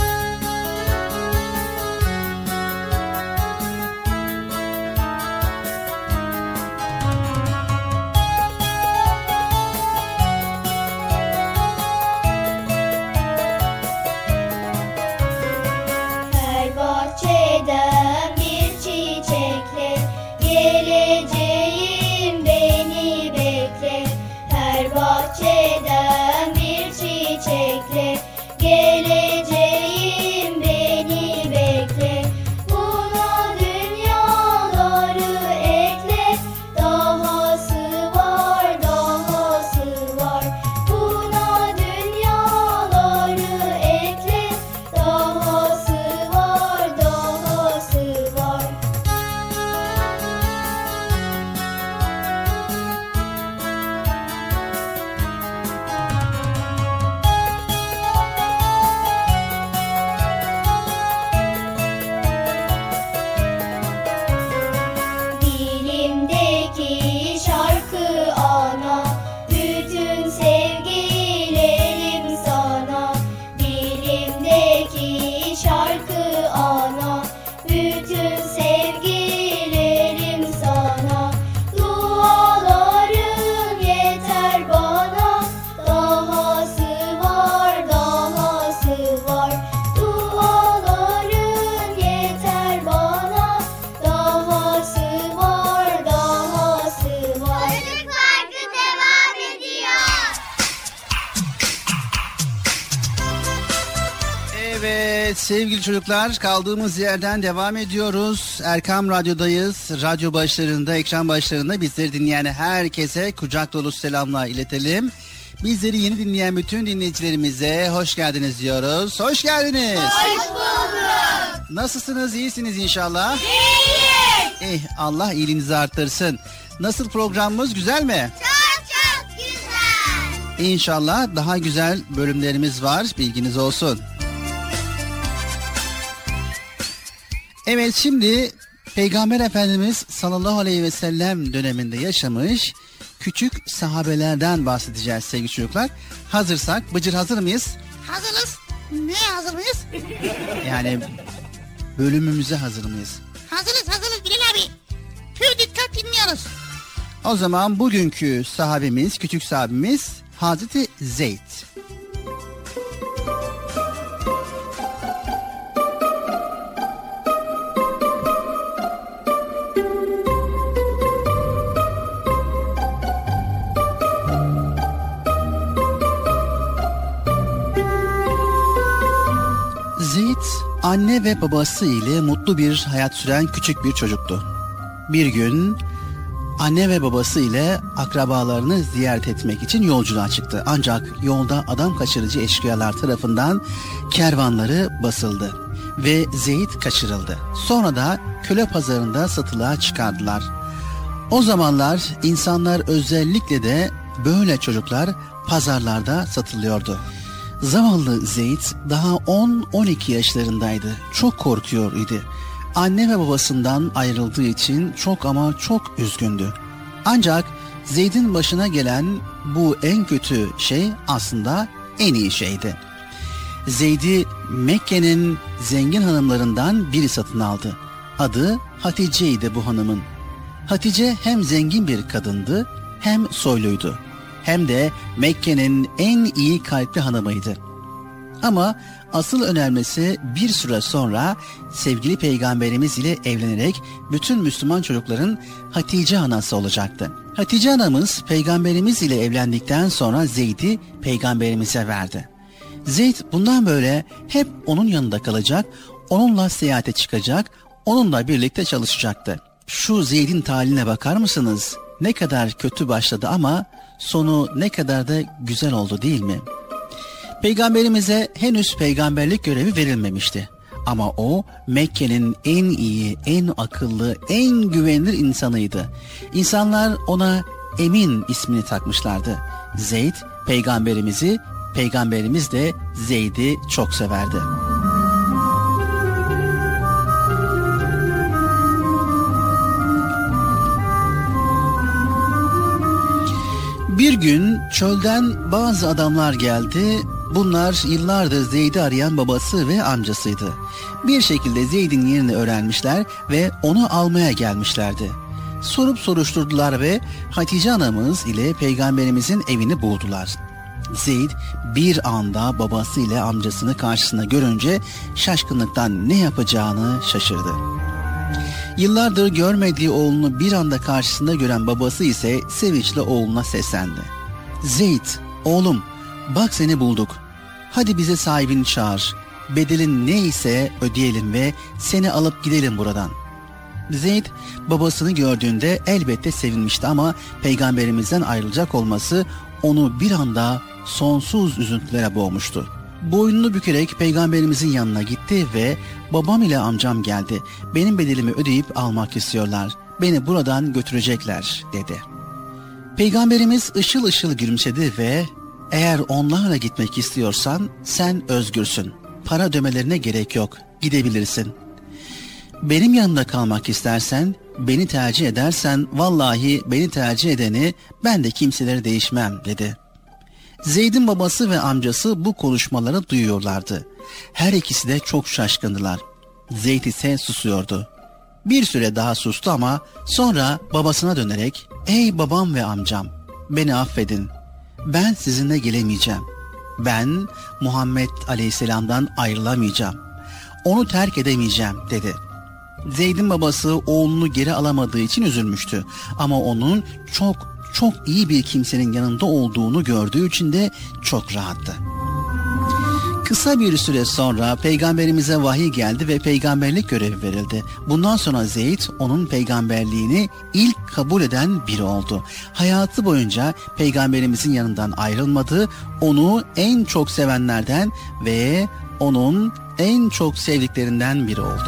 Her bahçeden bir çiçekle geleceğim beni bekle. Her bahçeden bir çiçekle geleceğim beni bekle. Buna dünyaları ekle, dahası var dahası var. Buna dünyaları ekle, dahası var dahası var. Dilimdeki şarkı ana, bütün sevgilerim sana. Dilimdeki şarkı ana, bütün sevgilerim sana. Duaların yeter bana, dahası var dahası var. Duaların yeter bana, dahası var dahası var. Çocuk Parkı devam ediyor. Evet sevgili çocuklar, kaldığımız yerden devam ediyoruz. Erkam Radyo'dayız. Radyo başlarında, ekran başlarında bizleri dinleyen herkese kucak dolusu selamlar iletelim. Bizleri yeni dinleyen bütün dinleyicilerimize hoş geldiniz diyoruz. Hoş geldiniz. Hoş bulduk. Nasılsınız? İyisiniz inşallah. İyiyiz. Allah iyiliğinizi arttırsın. Nasıl, programımız güzel mi? Çok çok güzel. İnşallah daha güzel bölümlerimiz var. Bilginiz olsun. Evet, şimdi Peygamber Efendimiz sallallahu aleyhi ve sellem döneminde yaşamış küçük sahabelerden bahsedeceğiz sevgili çocuklar. Hazırsak, Bıcır hazır mıyız? Hazırız. Neye hazır mıyız? Yani bölümümüze hazır mıyız? Hazırız Bilal abi. Pür dikkat dinliyoruz. O zaman bugünkü sahabemiz, küçük sahabemiz Hazreti Zeyd. Zeyd anne ve babası ile mutlu bir hayat süren küçük bir çocuktu. Bir gün anne ve babası ile akrabalarını ziyaret etmek için yolculuğa çıktı. Ancak yolda adam kaçırıcı eşkıyalar tarafından kervanları basıldı ve Zeyd kaçırıldı. Sonra da köle pazarında satılığa çıkardılar. O zamanlar insanlar, özellikle de böyle çocuklar, pazarlarda satılıyordu. Zavallı Zeyd daha 10-12 yaşlarındaydı. Çok korkuyor idi. Anne ve babasından ayrıldığı için çok ama çok üzgündü. Ancak Zeyd'in başına gelen bu en kötü şey aslında en iyi şeydi. Zeyd'i Mekke'nin zengin hanımlarından biri satın aldı. Adı Hatice'ydi bu hanımın. Hatice hem zengin bir kadındı, hem soyluydu, hem de Mekke'nin en iyi kalpli hanımıydı. Ama asıl önemlisi bir süre sonra sevgili peygamberimiz ile evlenerek bütün Müslüman çocukların Hatice anası olacaktı. Hatice anamız peygamberimiz ile evlendikten sonra Zeyd'i peygamberimize verdi. Zeyd bundan böyle hep onun yanında kalacak, onunla seyahate çıkacak, onunla birlikte çalışacaktı. Şu Zeyd'in taline bakar mısınız? Ne kadar kötü başladı ama sonu ne kadar da güzel oldu değil mi? Peygamberimize henüz peygamberlik görevi verilmemişti. Ama o Mekke'nin en iyi, en akıllı, en güvenilir insanıydı. İnsanlar ona Emin ismini takmışlardı. Zeyd peygamberimizi, peygamberimiz de Zeyd'i çok severdi. Bir gün çölden bazı adamlar geldi. Bunlar yıllardır Zeyd'i arayan babası ve amcasıydı. Bir şekilde Zeyd'in yerini öğrenmişler ve onu almaya gelmişlerdi. Sorup soruşturdular ve Hatice anamız ile peygamberimizin evini buldular. Zeyd bir anda babası ile amcasını karşısına görünce şaşkınlıktan ne yapacağını şaşırdı. Yıllardır görmediği oğlunu bir anda karşısında gören babası ise sevinçle oğluna seslendi. Zeyd, oğlum, bak seni bulduk. Hadi bize sahibini çağır. Bedelin neyse ödeyelim ve seni alıp gidelim buradan. Zeyd babasını gördüğünde elbette sevinmişti ama peygamberimizden ayrılacak olması onu bir anda sonsuz üzüntülere boğmuştu. Boynunu bükerek peygamberimizin yanına gitti ve babam ile amcam geldi. Benim bedelimi ödeyip almak istiyorlar. Beni buradan götürecekler dedi. Peygamberimiz ışıl ışıl gülümsedi ve eğer onlarla gitmek istiyorsan sen özgürsün. Para ödemelerine gerek yok. Gidebilirsin. Benim yanımda kalmak istersen, beni tercih edersen vallahi beni tercih edeni ben de kimseleri değişmem dedi. Zeyd'in babası ve amcası bu konuşmaları duyuyorlardı. Her ikisi de çok şaşkındılar. Zeyd ise susuyordu. Bir süre daha sustu ama sonra babasına dönerek ''Ey babam ve amcam, beni affedin. Ben sizinle gelemeyeceğim. Ben Muhammed Aleyhisselam'dan ayrılamayacağım. Onu terk edemeyeceğim.'' dedi. Zeyd'in babası oğlunu geri alamadığı için üzülmüştü. Ama onun çok iyi bir kimsenin yanında olduğunu gördüğü için de çok rahattı. Kısa bir süre sonra peygamberimize vahiy geldi ve peygamberlik görevi verildi. Bundan sonra Zeyd onun peygamberliğini ilk kabul eden biri oldu. Hayatı boyunca peygamberimizin yanından ayrılmadı, onu en çok sevenlerden ve onun en çok sevdiklerinden biri oldu.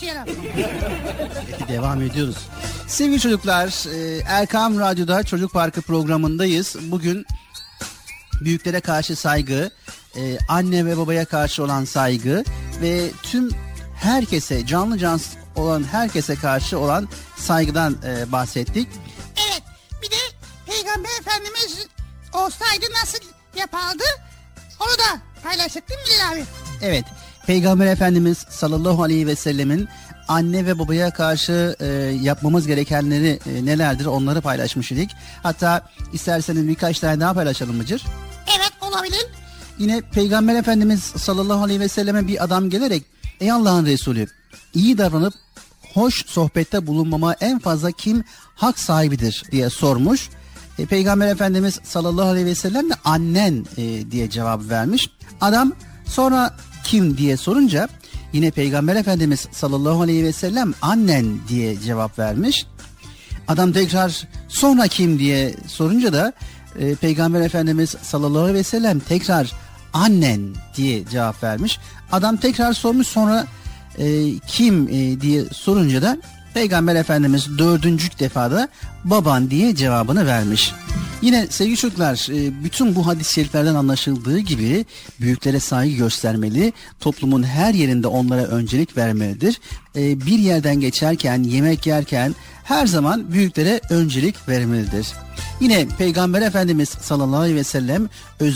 başlayalım. Devam ediyoruz. Sevgili çocuklar, Erkam Radyo'da Çocuk Parkı programındayız. Bugün büyüklere karşı saygı, anne ve babaya karşı olan saygı ve tüm herkese, canlı cansız olan herkese karşı olan saygıdan bahsettik. Evet, bir de Peygamber Efendimiz olsaydı nasıl yapardı? Onu da paylaştık değil mi Bilal abi? Evet, Peygamber Efendimiz sallallahu aleyhi ve sellemin anne ve babaya karşı yapmamız gerekenleri nelerdir onları paylaşmış idik. Hatta isterseniz birkaç tane daha paylaşalım Bıcır. Evet, olabilir. Yine Peygamber Efendimiz sallallahu aleyhi ve selleme bir adam gelerek ey Allah'ın Resulü, iyi davranıp hoş sohbette bulunmama en fazla kim hak sahibidir diye sormuş. Peygamber Efendimiz sallallahu aleyhi ve sellem de annen diye cevap vermiş. Adam sonra kim diye sorunca yine Peygamber Efendimiz sallallahu aleyhi ve sellem annen diye cevap vermiş. Adam tekrar sonra kim diye sorunca da Peygamber Efendimiz sallallahu aleyhi ve sellem tekrar annen diye cevap vermiş. Adam tekrar sormuş, sonra kim diye sorunca da Peygamber Efendimiz dördüncü defada baban diye cevabını vermiş. Yine sevgili çocuklar, bütün bu hadis-i şeriflerden anlaşıldığı gibi büyüklere saygı göstermeli, toplumun her yerinde onlara öncelik vermelidir. Bir yerden geçerken, yemek yerken her zaman büyüklere öncelik vermelidir. Yine Peygamber Efendimiz sallallahu aleyhi ve sellem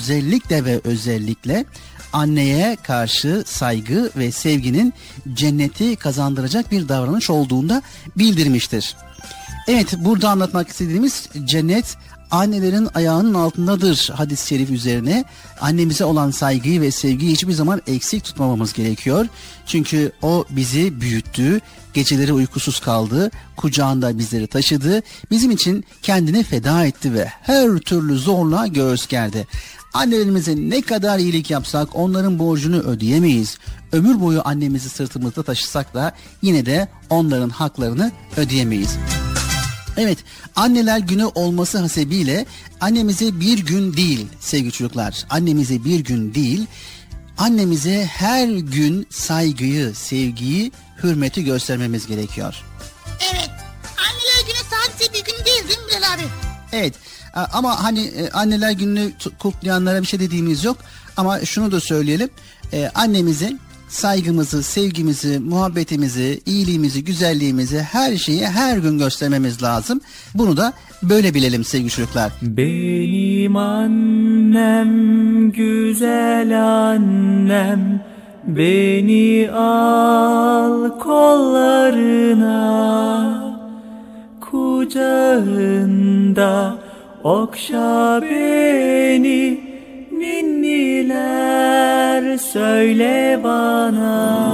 özellikle anneye karşı saygı ve sevginin cenneti kazandıracak bir davranış olduğunda bildirmiştir. Evet, burada anlatmak istediğimiz cennet annelerin ayağının altındadır hadis-i şerif üzerine. Annemize olan saygıyı ve sevgiyi hiçbir zaman eksik tutmamamız gerekiyor. Çünkü o bizi büyüttü, geceleri uykusuz kaldı, kucağında bizleri taşıdı, bizim için kendini feda etti ve her türlü zorla göğüs gerdi. Annelerimize ne kadar iyilik yapsak onların borcunu ödeyemeyiz. Ömür boyu annemizi sırtımızda taşısak da yine de onların haklarını ödeyemeyiz. Evet, anneler günü olması hasebiyle annemize bir gün değil sevgili çocuklar, annemize bir gün değil, annemize her gün saygıyı, sevgiyi, hürmeti göstermemiz gerekiyor. Evet, anneler günü sadece bir gün değil mi Bilal abi? Evet, ama hani anneler gününü kutlayanlara bir şey dediğimiz yok, ama şunu da söyleyelim, annemize saygımızı, sevgimizi, muhabbetimizi, iyiliğimizi, güzelliğimizi, her şeyi her gün göstermemiz lazım. Bunu da böyle bilelim sevgili çocuklar. Benim annem, güzel annem, beni al kollarına, kucağında okşa beni, ninniler söyle bana.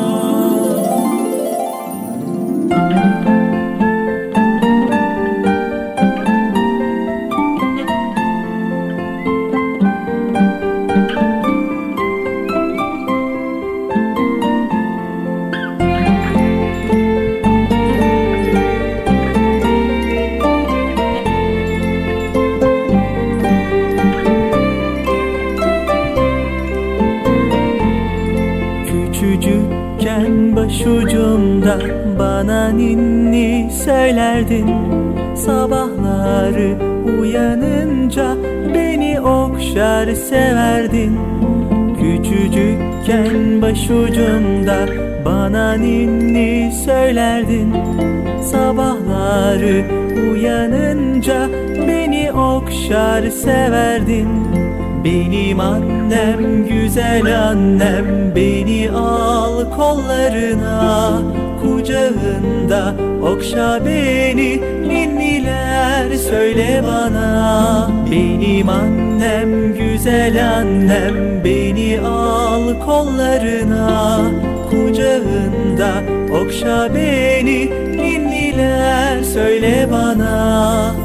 Başucumda bana ninni söylerdin, sabahları uyanınca beni okşar severdin. Küçücükken başucumda bana ninni söylerdin, sabahları uyanınca beni okşar severdin. Benim annem, güzel annem, beni al kollarına, kucağında okşa beni, ninniler söyle bana. Benim annem, güzel annem, beni al kollarına, kucağında okşa beni, ninniler söyle bana.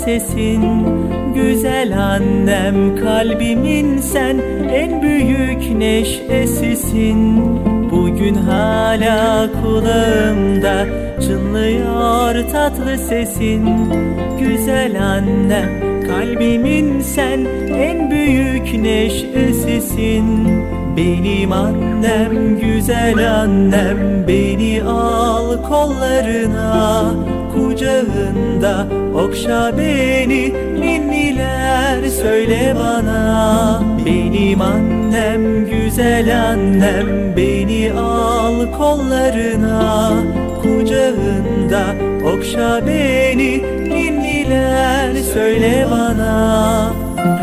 sesin. Güzel annem, kalbimin sen en büyük neşesisin. Bugün hala kulağımda çınlıyor tatlı sesin. Güzel annem, kalbimin sen en büyük neşesisin. Benim annem, güzel annem, beni al kollarına. Kucağında okşa beni, ninniler söyle bana. Benim annem, güzel annem, beni al kollarına. Kucağında okşa beni, ninniler söyle bana.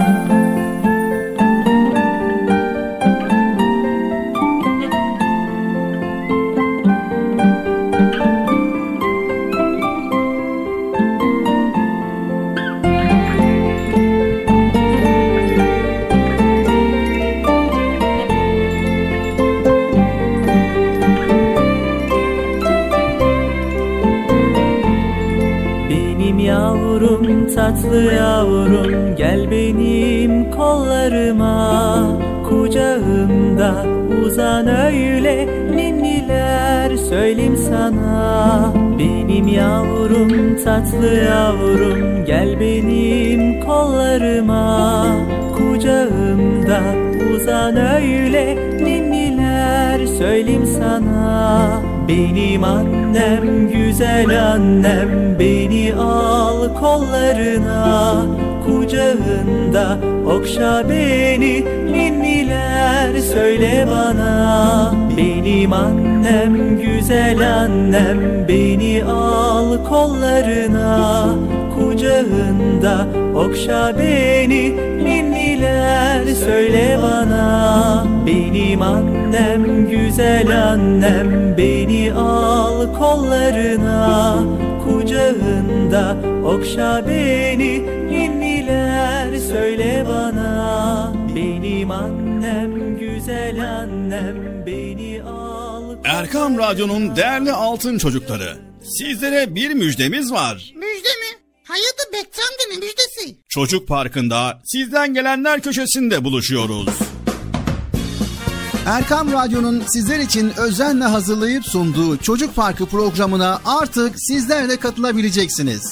Tatlı yavrum, gel benim kollarıma. Kucağımda uzan öyle, ninniler söyleyeyim sana. Benim yavrum, tatlı yavrum, gel benim kollarıma. Kucağımda uzan öyle, ninniler söyleyeyim sana. Benim annem, güzel annem, beni al kollarına. Kucağında okşa beni, ninniler söyle bana. Benim annem, güzel annem, beni al kollarına. Kucağında okşa beni, ninniler söyle bana. Benim annem, güzel annem, beni al kollarına. Kucağında okşa beni, ninniler söyle bana. Benim annem, güzel annem, beni al kollarına. Erkam Radyo'nun değerli altın çocukları, sizlere bir müjdemiz var. Müjde mi? Hayırdır Bekçi amca, ne müjdesi? Çocuk Parkı'nda sizden gelenler köşesinde buluşuyoruz. Erkam Radyo'nun sizler için özenle hazırlayıp sunduğu Çocuk Parkı programına artık sizler de katılabileceksiniz.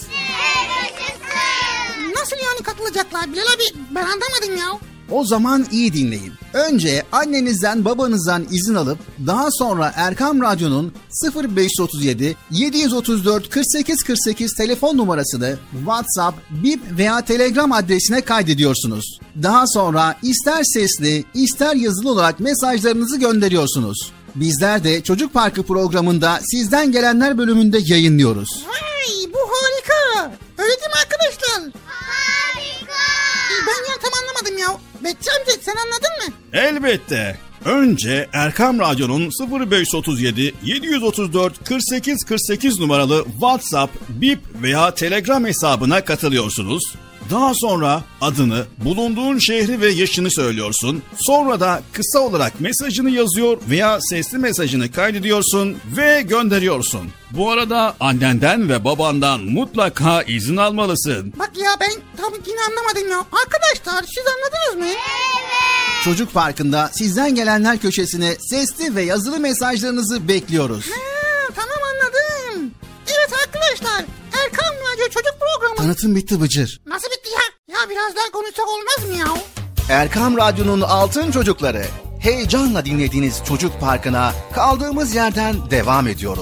Nasıl yani katılacaklar Bilal abi? Ben anlamadım ya. O zaman iyi dinleyin. Önce annenizden babanızdan izin alıp daha sonra Erkam Radyo'nun 0537 734 48 48 telefon numarasını WhatsApp, Bip veya Telegram adresine kaydediyorsunuz. Daha sonra ister sesli ister yazılı olarak mesajlarınızı gönderiyorsunuz. Bizler de Çocuk Parkı programında sizden gelenler bölümünde yayınlıyoruz. Vay, bu harika. Öyle değil mi arkadaşlar? Harika. Ben ya tam anlamadım ya. Bekçi amca sen anladın mı? Elbette. Önce Erkam Radyo'nun 0537 734 48 48 numaralı WhatsApp, Bip veya Telegram hesabına katılıyorsunuz. Daha sonra adını, bulunduğun şehri ve yaşını söylüyorsun. Sonra da kısa olarak mesajını yazıyor veya sesli mesajını kaydediyorsun ve gönderiyorsun. Bu arada annenden ve babandan mutlaka izin almalısın. Bak ya ben tabii yine anlamadım ya. Arkadaşlar siz anladınız mı? Evet. Çocuk Parkı'nda sizden gelenler köşesine sesli ve yazılı mesajlarınızı bekliyoruz. Tamam anladım. Evet arkadaşlar, Erkam Radyo Çocuk Programı. Tanıtım bitti Bıcır. Nasıl bitti ya? Ya biraz daha konuşsak olmaz mı ya? Erkam Radyo'nun altın çocukları. Heyecanla dinlediğiniz Çocuk Parkı'na kaldığımız yerden devam ediyoruz.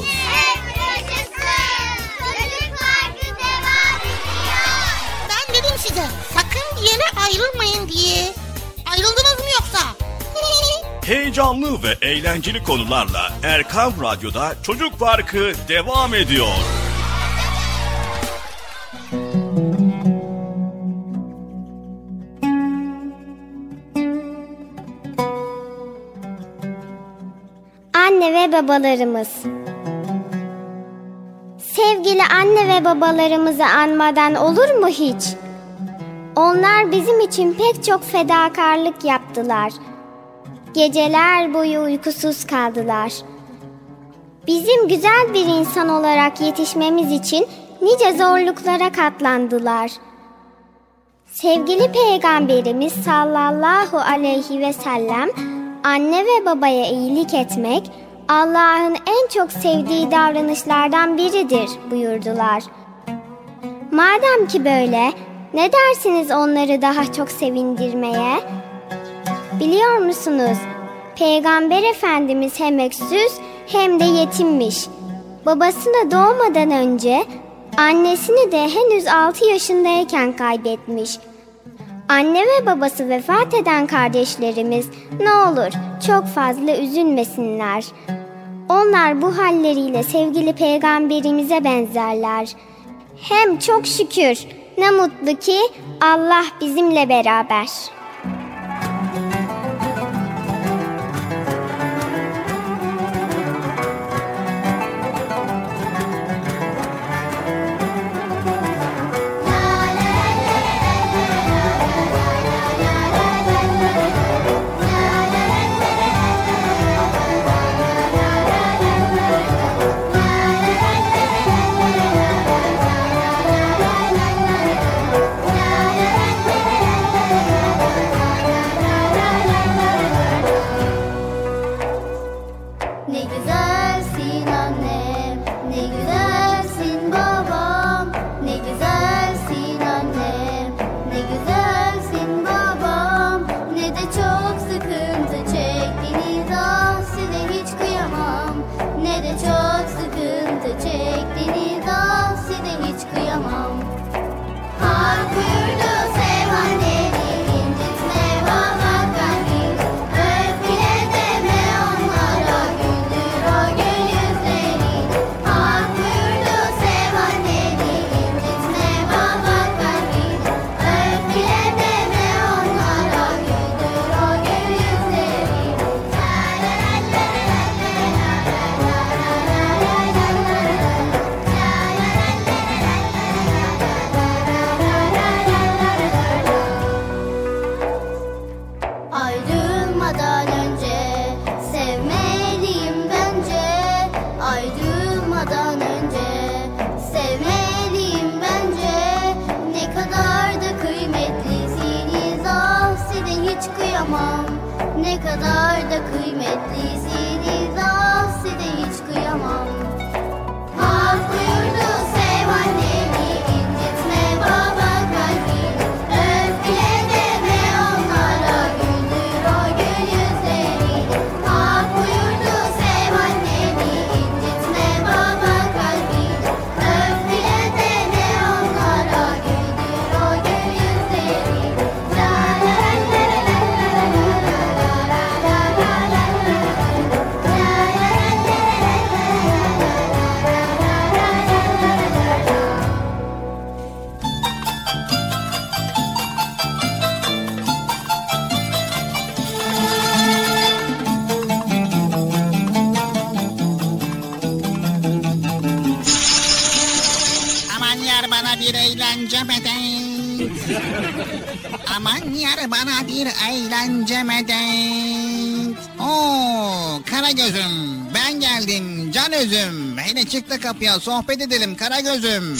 Çocuk Parkı devam ediyor. Ben dedim size sakın bir yere ayrılmayın diye. Ayrıldınız mı yoksa? Heyecanlı ve eğlenceli konularla Erkam Radyo'da Çocuk Parkı devam ediyor. Anne ve babalarımız. Sevgili anne ve babalarımızı anmadan olur mu hiç? Onlar bizim için pek çok fedakarlık yaptılar. Geceler boyu uykusuz kaldılar. Bizim güzel bir insan olarak yetişmemiz için nice zorluklara katlandılar. Sevgili Peygamberimiz sallallahu aleyhi ve sellem, anne ve babaya iyilik etmek Allah'ın en çok sevdiği davranışlardan biridir buyurdular. Madem ki böyle, ne dersiniz onları daha çok sevindirmeye? Biliyor musunuz? Peygamber Efendimiz hem öksüz hem de yetimmiş. Babasını doğmadan önce annesini de henüz 6 yaşındayken kaybetmiş. Anne ve babası vefat eden kardeşlerimiz ne olur çok fazla üzülmesinler. Onlar bu halleriyle sevgili peygamberimize benzerler. Hem çok şükür, ne mutlu ki Allah bizimle beraber. Aman yar bana bir eğlence medet. Oo Karagöz'üm, ben geldim can özüm. Hele çık da kapıya sohbet edelim Karagöz'üm.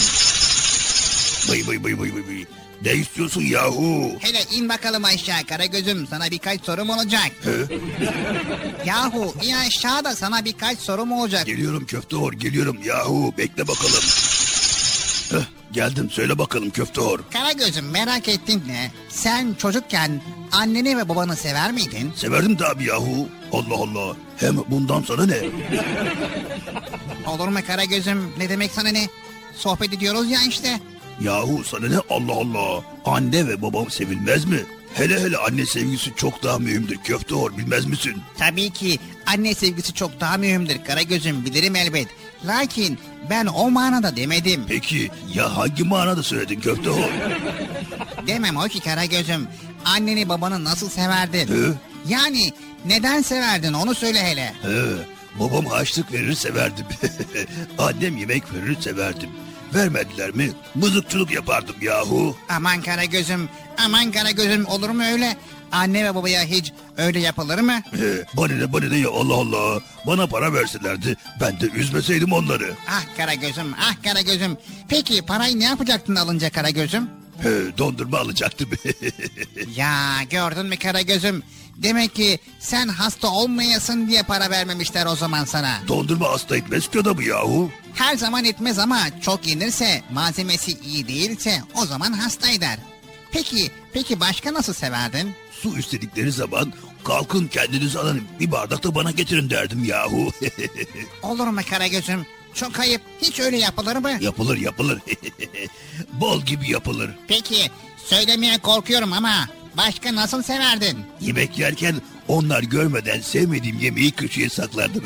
Bıy. Ne istiyorsun yahu? Hele in bakalım aşağı Karagöz'üm, sana birkaç sorum olacak. He? Yahu in aşağıda, sana birkaç sorum olacak. Geliyorum Köftehor, geliyorum yahu, bekle bakalım. Heh, geldim, söyle bakalım Köftehor. Karagöz'üm, merak ettin ne? Sen çocukken anneni ve babanı sever miydin? Severdim tabii yahu. Allah Allah. Hem bundan sana ne? Olur mu Karagöz'üm, ne demek sana ne? Sohbet ediyoruz ya işte. Yahu sana ne, Allah Allah. Anne ve babam sevilmez mi? Hele anne sevgisi çok daha mühimdir Köftehor, bilmez misin? Tabii ki anne sevgisi çok daha mühimdir Karagöz'üm, bilirim elbet. Lakin ben o manada demedim. Peki ya hangi manada söyledin Köftehor? Demem o ki Karagöz'üm, anneni babanı nasıl severdin? He? Yani neden severdin, onu söyle hele. He, babam harçlık verir severdim. Annem yemek verir severdim. Vermediler mi mızıkçılık yapardım yahu. Aman Karagöz'üm, olur mu öyle? Anne ve babaya hiç öyle yapılır mı? Bana ne ya, Allah Allah. Bana para verselerdi, ben de üzmeseydim onları. Ah Karagöz'üm. Peki parayı ne yapacaktın alınca Karagöz'üm? Dondurma alacaktım. Ya gördün mü Karagöz'üm? Demek ki sen hasta olmayasın diye para vermemişler o zaman sana. Dondurma hasta etmez ki adamı yahu. Her zaman etmez ama çok yenirse, malzemesi iyi değilse o zaman hasta eder. Peki başka nasıl severdin? Su istedikleri zaman kalkın kendiniz alın bir bardak da bana getirin derdim yahu. Olur mu Karagöz'üm? Çok ayıp. Hiç öyle yapılır mı? Yapılır. Bol gibi yapılır. Peki söylemeye korkuyorum ama başka nasıl severdin? Yemek yerken onlar görmeden sevmediğim yemeği köşeye saklardım.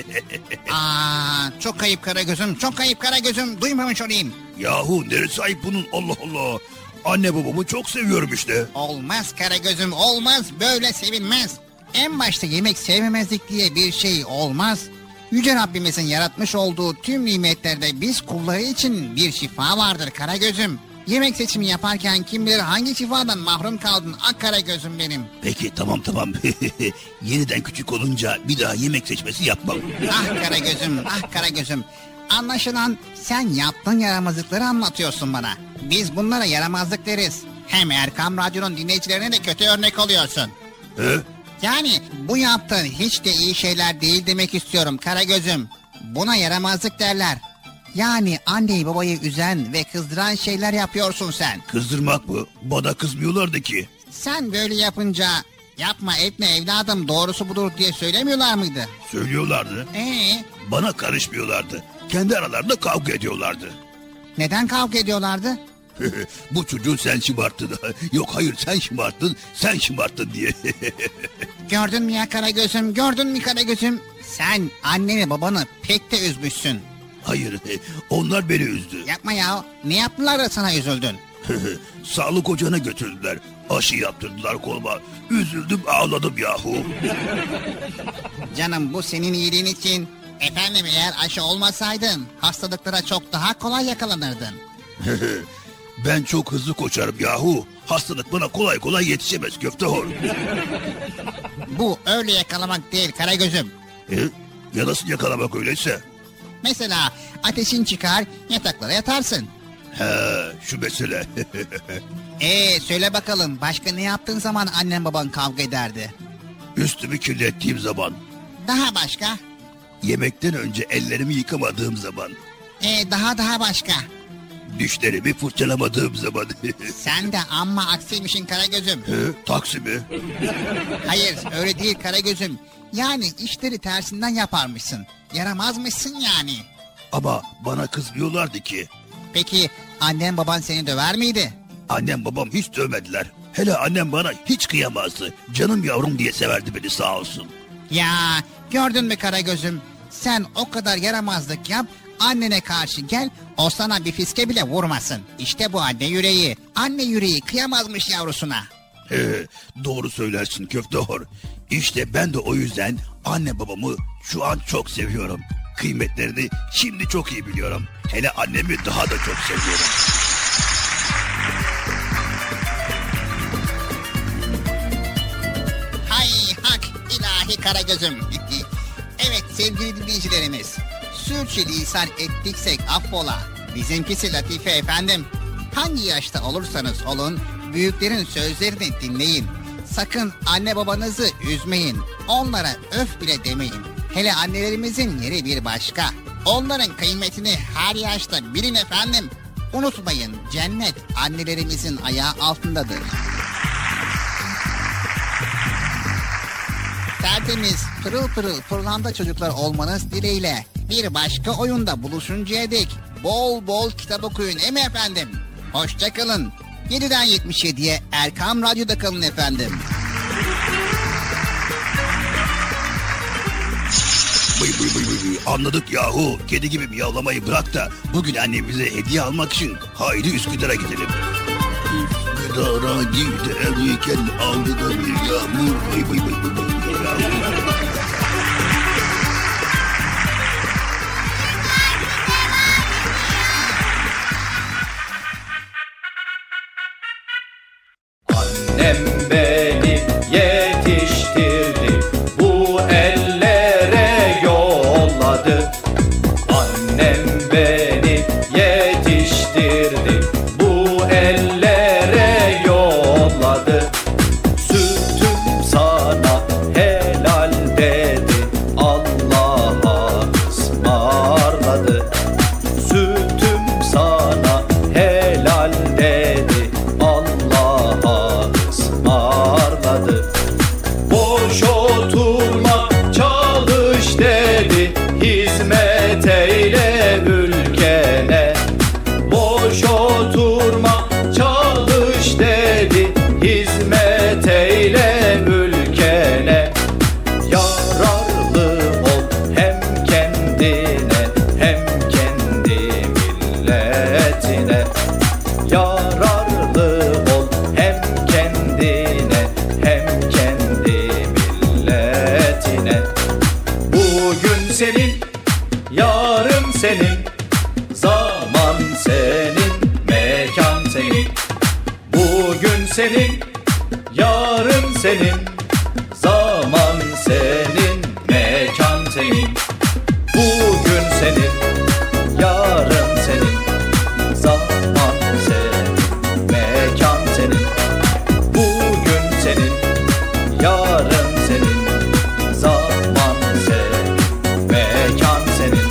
Çok ayıp Karagöz'üm. Çok ayıp Karagöz'üm. Duymamış olayım. Yahu neresi ayıp bunun, Allah Allah. Anne babamı çok seviyorum işte. Olmaz Karagöz'üm, olmaz. Böyle sevilmez. En başta yemek sevmemezlik diye bir şey olmaz. Yüce Rabbimizin yaratmış olduğu tüm nimetlerde biz kulları için bir şifa vardır Karagöz'üm. Yemek seçimi yaparken kim bilir hangi şifadan mahrum kaldın Karagöz'üm benim. Peki tamam. Yeniden küçük olunca bir daha yemek seçmesi yapmam. Karagöz'üm. Anlaşılan sen yaptığın yaramazlıkları anlatıyorsun bana. Biz bunlara yaramazlık deriz. Hem Erkam Radyo'nun dinleyicilerine de kötü örnek oluyorsun. He? Yani bu yaptığın hiç de iyi şeyler değil demek istiyorum Karagöz'üm. Buna yaramazlık derler. Yani anneyi babayı üzen ve kızdıran şeyler yapıyorsun sen. Kızdırmak mı? Bana kızmıyorlardı ki. Sen böyle yapınca yapma etme evladım doğrusu budur diye söylemiyorlar mıydı? Söylüyorlardı. Bana karışmıyorlardı. Kendi aralarında kavga ediyorlardı. Neden kavga ediyorlardı? Bu çocuğu sen şımarttın. Yok hayır sen şımarttın diye. Gördün mü ya Karagöz'üm? Sen anneni babanı pek de üzmüşsün. Hayır onlar beni üzdü. Yapma ya, ne yaptılar da sana üzüldün? Sağlık ocağına götürdüler. Aşı yaptırdılar koluma. Üzüldüm ağladım yahu. Canım bu senin iyiliğin için. Efendim eğer aşı olmasaydın hastalıklara çok daha kolay yakalanırdın. Ben çok hızlı koşarım yahu. Hastalık bana kolay kolay yetişemez Köftehor. Bu öyle yakalamak değil Karagöz'üm. Ya nasıl yakalamak öyleyse? Mesela ateşin çıkar yataklara yatarsın. Şu mesele. Söyle bakalım başka ne yaptığın zaman annen baban kavga ederdi? Üstümü kirlettiğim zaman. Daha başka? Yemekten önce ellerimi yıkamadığım zaman. Daha başka? Dişlerimi fırçalamadığım zaman. Sen de amma aksiymişsin Karagöz'üm. Taksi mi? Hayır öyle değil Karagöz'üm. Yani işleri tersinden yaparmışsın. Yaramazmışsın yani. Ama bana kızmıyorlardı ki. Peki annen baban seni döver miydi? Annem babam hiç dövmediler. Hele annem bana hiç kıyamazdı. Canım yavrum diye severdi beni sağ olsun. Ya gördün mü Karagöz'üm? Sen o kadar yaramazlık yap. Annene karşı gel, o sana bir fiske bile vurmasın. İşte bu anne yüreği. Anne yüreği kıyamazmış yavrusuna. Doğru söylersin Köftehor. İşte ben de o yüzden anne babamı şu an çok seviyorum. Kıymetlerini şimdi çok iyi biliyorum. Hele annemi daha da çok seviyorum. Hay hak ilahi Karagöz'üm. Evet sevgili dinleyicilerimiz. Sürçülisan ettiksek affola. Bizimkisi latife efendim. Hangi yaşta olursanız olun büyüklerin sözlerini dinleyin. Sakın anne babanızı üzmeyin. Onlara öf bile demeyin. Hele annelerimizin yeri bir başka. Onların kıymetini her yaşta bilin efendim. Unutmayın cennet annelerimizin ayağı altındadır. Tertemiz, pırıl pırıl pırlanta çocuklar olmanız dileğiyle bir başka oyunda buluşuncaya dek bol bol kitap okuyun değil mi efendim? Hoşçakalın. 7'den 77'ye Erkam Radyo'da kalın efendim. Anladık yahu. Kedi gibi miyavlamayı bırak da bugün annemize hediye almak için haydi Üsküdar'a gidelim. Üsküdar'a giderken aldı da bir yağmur. Annem beni yetiştirdi, bu ellere yolladı. Annem beni yetiştirdi, bu ellere Bugün senin, yarın senin, zaman senin, mekan senin. Bugün senin, yarın senin, zaman senin, mekan senin. Bugün senin, yarın senin, zaman senin, mekan senin.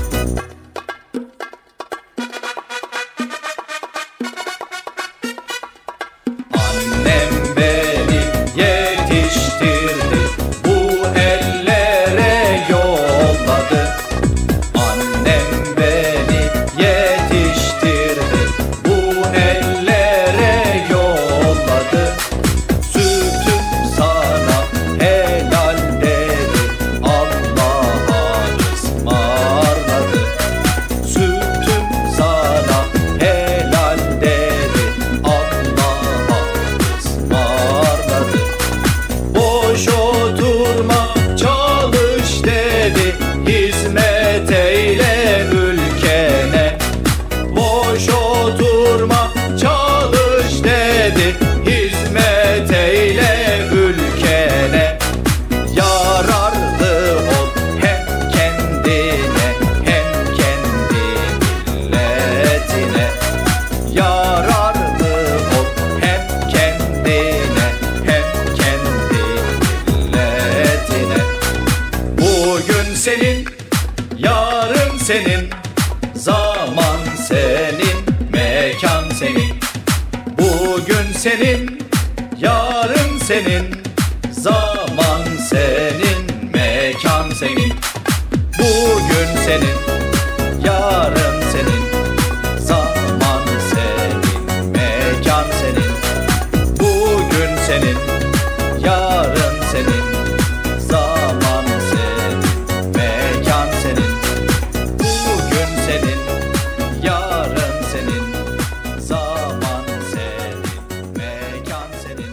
Annem beni yetiştirdi, bu ellere yolladı. Annem beni yetiştirdi, bu ellere yolladı. Sütüm sana helal dedi, Allah'a ısmarladı. Sütüm sana helal dedi, Allah'a ısmarladı. Boş oturma, çalış dedi, hizmet eyle ülkene. Boş oturma, çalış dedi, hizmet eyle ülkene. Yararlı ol hem kendine hem kendi milletine. Yararlı ol hem kendine hem kendi milletine. Bugün senin, yarın senin, zaman senin, mekan senin. Bugün senin, yarın senin, zaman senin, mekan senin. Bugün senin, yarın senin, zaman senin, mekan senin. Bugün senin, yarın senin, zaman senin, mekan senin. Bugün senin, yarın senin, zaman senin, mekan senin.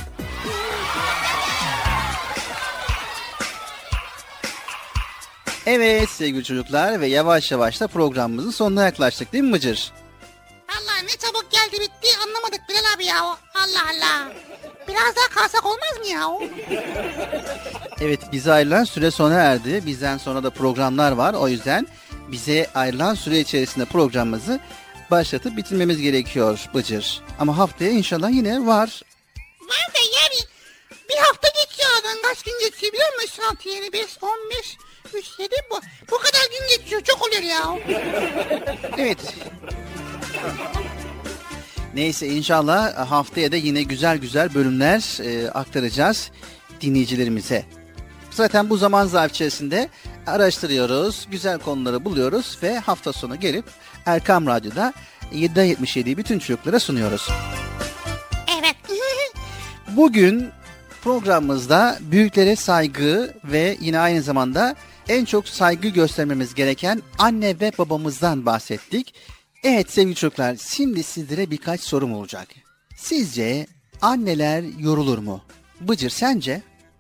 Evet sevgili çocuklar ve yavaş yavaş da programımızın sonuna yaklaştık değil mi Bıcır? Allah ne çabuk geldi bitti anlamadık Bilal abi ya. Allah Allah. Biraz daha kalsak olmaz mı ya? Evet bize ayrılan süre sona erdi. Bizden sonra da programlar var. O yüzden bize ayrılan süre içerisinde programımızı başlatıp bitirmemiz gerekiyor Bıcır. Ama haftaya inşallah yine var. Var da yani bir hafta geçiyor aradan. Kaç gün geçiyor biliyor musun? 6, 7, 5, 15, 3, 7 bu kadar gün geçiyor. Çok oluyor ya. Evet. Neyse inşallah haftaya da yine güzel güzel bölümler aktaracağız dinleyicilerimize. Zaten bu zaman zarfı içerisinde araştırıyoruz, güzel konuları buluyoruz ve hafta sonu gelip Erkam Radyo'da 7'den 77'yi bütün çocuklara sunuyoruz. Evet. Bugün programımızda büyüklere saygı ve yine aynı zamanda en çok saygı göstermemiz gereken anne ve babamızdan bahsettik. Evet sevgili çocuklar, şimdi sizlere birkaç sorum olacak. Sizce anneler yorulur mu? Bıcır sence?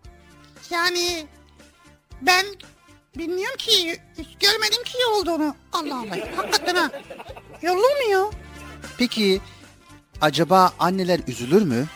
Yani ben bilmiyorum ki, hiç görmedim ki olduğunu. Allah Allah, hakikaten ha. Yorulur mu ya? Peki acaba anneler üzülür mü?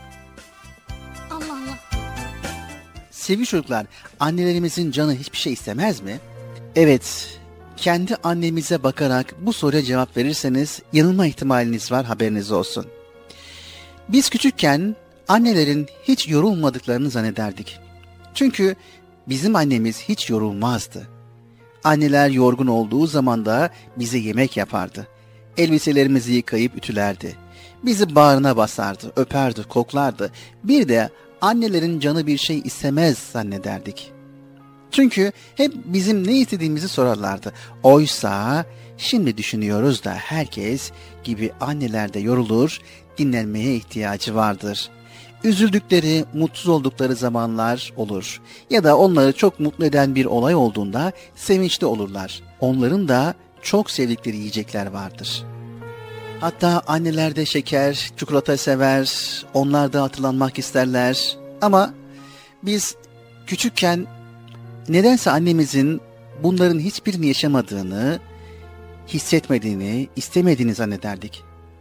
Allah Allah. Sevgili çocuklar, annelerimizin canı hiçbir şey istemez mi? Evet, kendi annemize bakarak bu soruya cevap verirseniz yanılma ihtimaliniz var, haberiniz olsun. Biz küçükken annelerin hiç yorulmadıklarını zannederdik. Çünkü bizim annemiz hiç yorulmazdı. Anneler yorgun olduğu zaman da bize yemek yapardı. Elbiselerimizi yıkayıp ütülerdi. Bizi bağrına basardı, öperdi, koklardı. Bir de annelerin canı bir şey istemez zannederdik. Çünkü hep bizim ne istediğimizi sorarlardı. Oysa şimdi düşünüyoruz da herkes gibi anneler de yorulur, dinlenmeye ihtiyacı vardır. Üzüldükleri, mutsuz oldukları zamanlar olur. Ya da onları çok mutlu eden bir olay olduğunda sevinçli olurlar. Onların da çok sevdikleri yiyecekler vardır. Hatta anneler de şeker, çikolata sever, onlar da hatırlanmak isterler. Ama biz küçükken nedense annemizin bunların hiçbirini yaşamadığını, hissetmediğini, istemediğini zannederdik.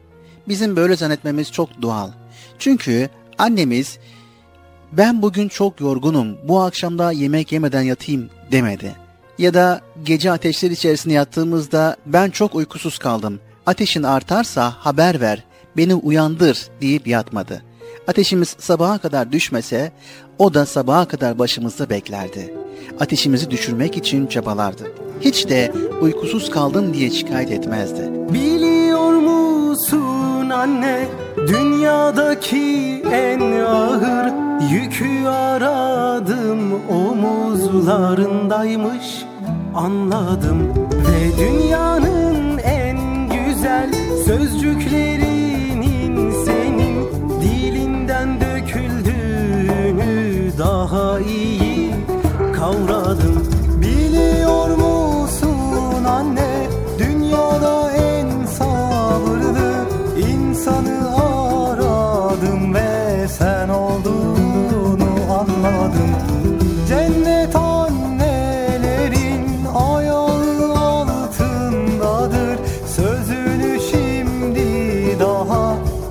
bizim böyle zannetmemiz çok doğal. Çünkü annemiz ben bugün çok yorgunum, bu akşamda yemek yemeden yatayım demedi. Ya da gece ateşler içerisinde yattığımızda ben çok uykusuz kaldım, ateşin artarsa haber ver, beni uyandır deyip yatmadı. Ateşimiz sabaha kadar düşmese o da sabaha kadar başımızda beklerdi. Ateşimizi düşürmek için çabalardı. Hiç de uykusuz kaldım diye şikayet etmezdi. Biliyor musun anne, dünyadaki en ağır yükü aradım omuzlarındaymış, anladım. Ve dünyanın en güzel sözcüklerinin senin dilinden döküldüğünü daha iyi kavradım. Biliyor musun anne, dünyada en sabırlı insanı aradım ve sen olduğunu anladım. Cennet annelerin ayağı altındadır, sözünü şimdi daha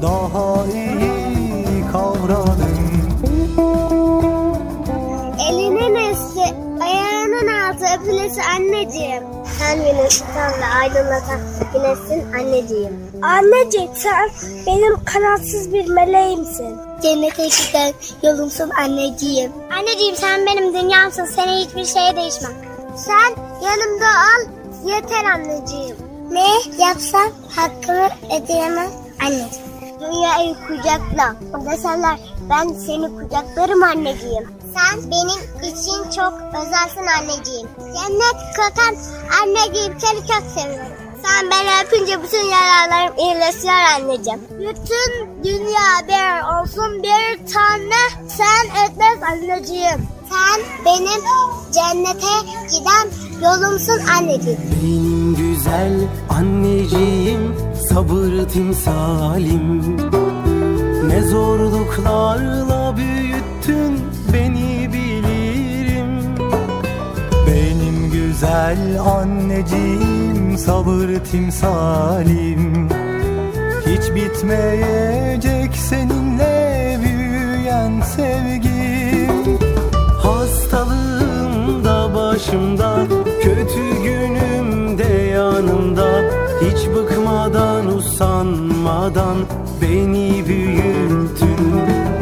iyi kavradım. Elinin üstü, ayağının altı öpülesi anneciğim. Sen beni ışıklarla aydınlatan güneşsin anneciğim. Anneciğim, sen benim kanatsız bir meleğimsin. Cennete giden yolumsun anneciğim. Anneciğim, sen benim dünyamsın, seni hiçbir şeye değişmem. Sen yanımda al yeter anneciğim. Ne yapsam hakkını ödeyemem anneciğim. Dünyayı kucakla deseler ben seni kucaklarım anneciğim. Sen benim için çok özelsin anneciğim. Cennet kokan anneciğim, seni çok seviyorum. Sen beni öpünce bütün yaralarım iyileşiyor anneciğim. Bütün dünya bir olsun bir tane sen etmez anneciğim. Sen benim cennete giden yolumsun anneciğim. Benim güzel anneciğim, sabır timsalim. Ne zorluklarla büyüttün beni bilirim. Benim güzel anneciğim, sabır timsalim. Hiç bitmeyecek seninle büyüyen sevgim. Hastalığımda başımda, kötü günümde yanımda, hiç bıkmadan usanmadan beni büyüttün.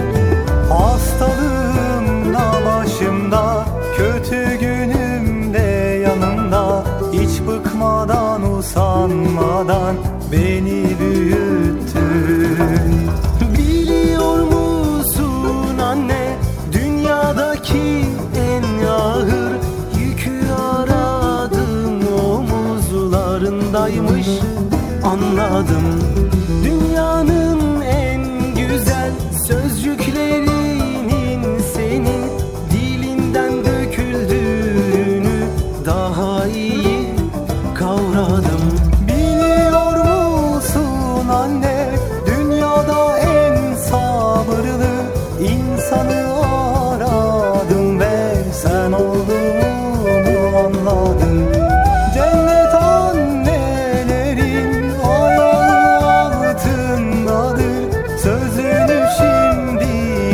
Hastalığımda başımda, kötü günümde yanımda, hiç bıkmadan usanmadan beni büyüttün. Biliyor musun anne, dünyadaki en ağır yükü aradım omuzlarındaymış, anladım. Dünyanın en güzel sözcüklerinin senin dilinden döküldüğünü daha iyi kavradım. Biliyor musun anne, dünyada en sabırlı insanı aradım ve sen olduğunu anladım. Cennet annelerin ayağı altındadır, sözünü şimdi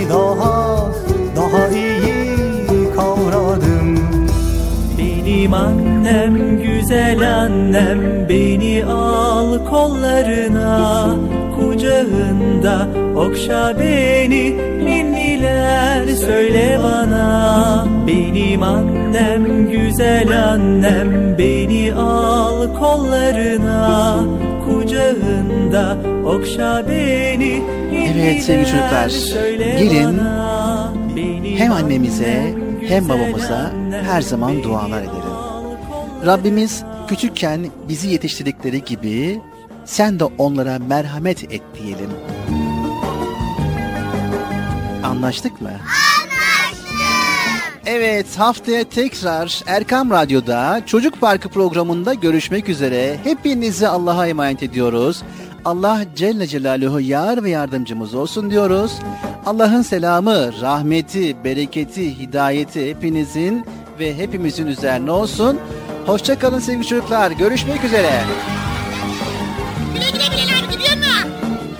daha iyi kavradım. Benim annem, güzel annem, beni al kollarına, kucağında okşa beni, ninniler söyle bana. Benim annem, güzel annem, beni al kollarına, kucağında okşa beni. Evet sevgili çocuklar, gelin hem annemize hem babamıza her zaman dualar edelim. Rabbimiz küçükken bizi yetiştirdikleri gibi sen de onlara merhamet et diyelim. Anlaştık mı? Anlaştık. Evet, haftaya tekrar Erkam Radyo'da Çocuk Parkı programında görüşmek üzere. Hepinizi Allah'a emanet ediyoruz. Allah Celle Celaluhu yar ve yardımcımız olsun diyoruz. Allah'ın selamı, rahmeti, bereketi, hidayeti hepinizin ve hepimizin üzerine olsun. Hoşça kalın sevgili çocuklar. Görüşmek üzere. Güle güle Bilal abi, gidiyor mu?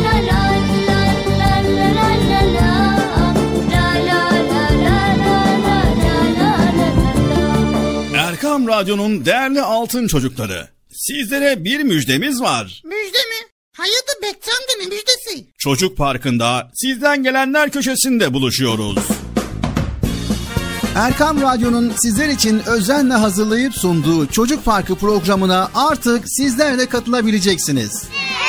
Erkam Radyo'nun değerli altın çocukları, sizlere bir müjdemiz var. Müjde mi? Hayırdır Bekçi amca, ne müjdesi? Çocuk Parkı'nda sizden gelenler köşesinde buluşuyoruz. Erkam Radyo'nun sizler için özenle hazırlayıp sunduğu Çocuk Parkı programına artık sizler de katılabileceksiniz.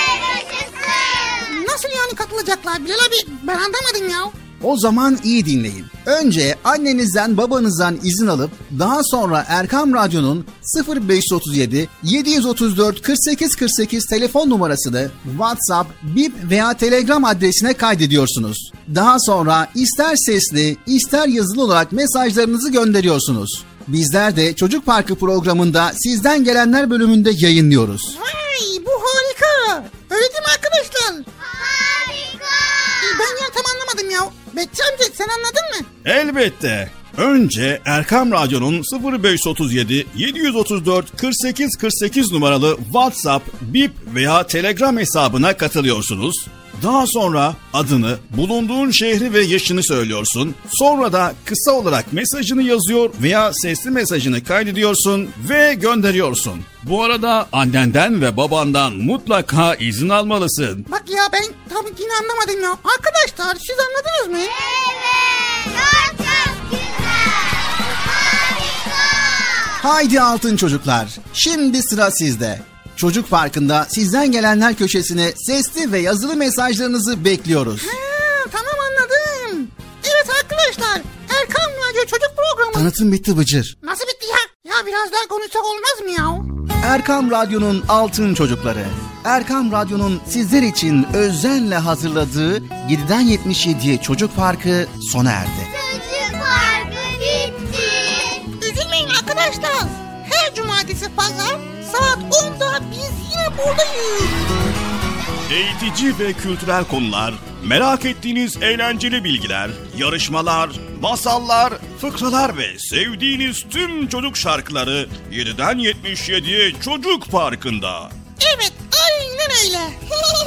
Nasıl yani katılacaklar Bilal abi? Ben anlamadım ya. O zaman iyi dinleyin. Önce annenizden babanızdan izin alıp daha sonra Erkam Radyo'nun 0537 734 48 48 telefon numarasını WhatsApp, Bip veya Telegram adresine kaydediyorsunuz. Daha sonra ister sesli ister yazılı olarak mesajlarınızı gönderiyorsunuz. Bizler de Çocuk Parkı programında sizden gelenler bölümünde yayınlıyoruz. Vay, bu harika. Öyle değil mi arkadaşlar? Harika. Ben ya tam anlamadım ya. Bekçi amca sen anladın mı? Elbette. Önce Erkam Radyo'nun 0537 734 48 48 numaralı WhatsApp, Bip veya Telegram hesabına katılıyorsunuz. Daha sonra adını, bulunduğun şehri ve yaşını söylüyorsun. Sonra da kısa olarak mesajını yazıyor veya sesli mesajını kaydediyorsun ve gönderiyorsun. Bu arada annenden ve babandan mutlaka izin almalısın. Bak ya ben tam yine anlamadım ya. Arkadaşlar siz anladınız mı? Evet. Çok güzel. Harika. Haydi altın çocuklar, şimdi sıra sizde. Çocuk Parkı'nda sizden gelenler köşesine sesli ve yazılı mesajlarınızı bekliyoruz. Tamam, anladım. Evet arkadaşlar, Erkam Radyo Çocuk Programı. Tanıtım bitti Bıcır. Nasıl bitti ya? Ya biraz daha konuşsak olmaz mı ya? Erkam Radyo'nun altın çocukları. Erkam Radyo'nun sizler için özenle hazırladığı 7'den 77'ye Çocuk Parkı sona erdi. Çocuk Parkı bitti. Üzülmeyin arkadaşlar. Her cumartesi pazar saat 10'da biz yine buradayız. Eğitici ve kültürel konular, merak ettiğiniz eğlenceli bilgiler, yarışmalar, masallar, fıkralar ve sevdiğiniz tüm çocuk şarkıları 7'den 77'ye Çocuk Parkı'nda. Evet, aynen öyle.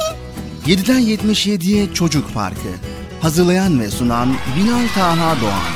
7'den 77'ye Çocuk Parkı. Hazırlayan ve sunan Binal Taha Doğan.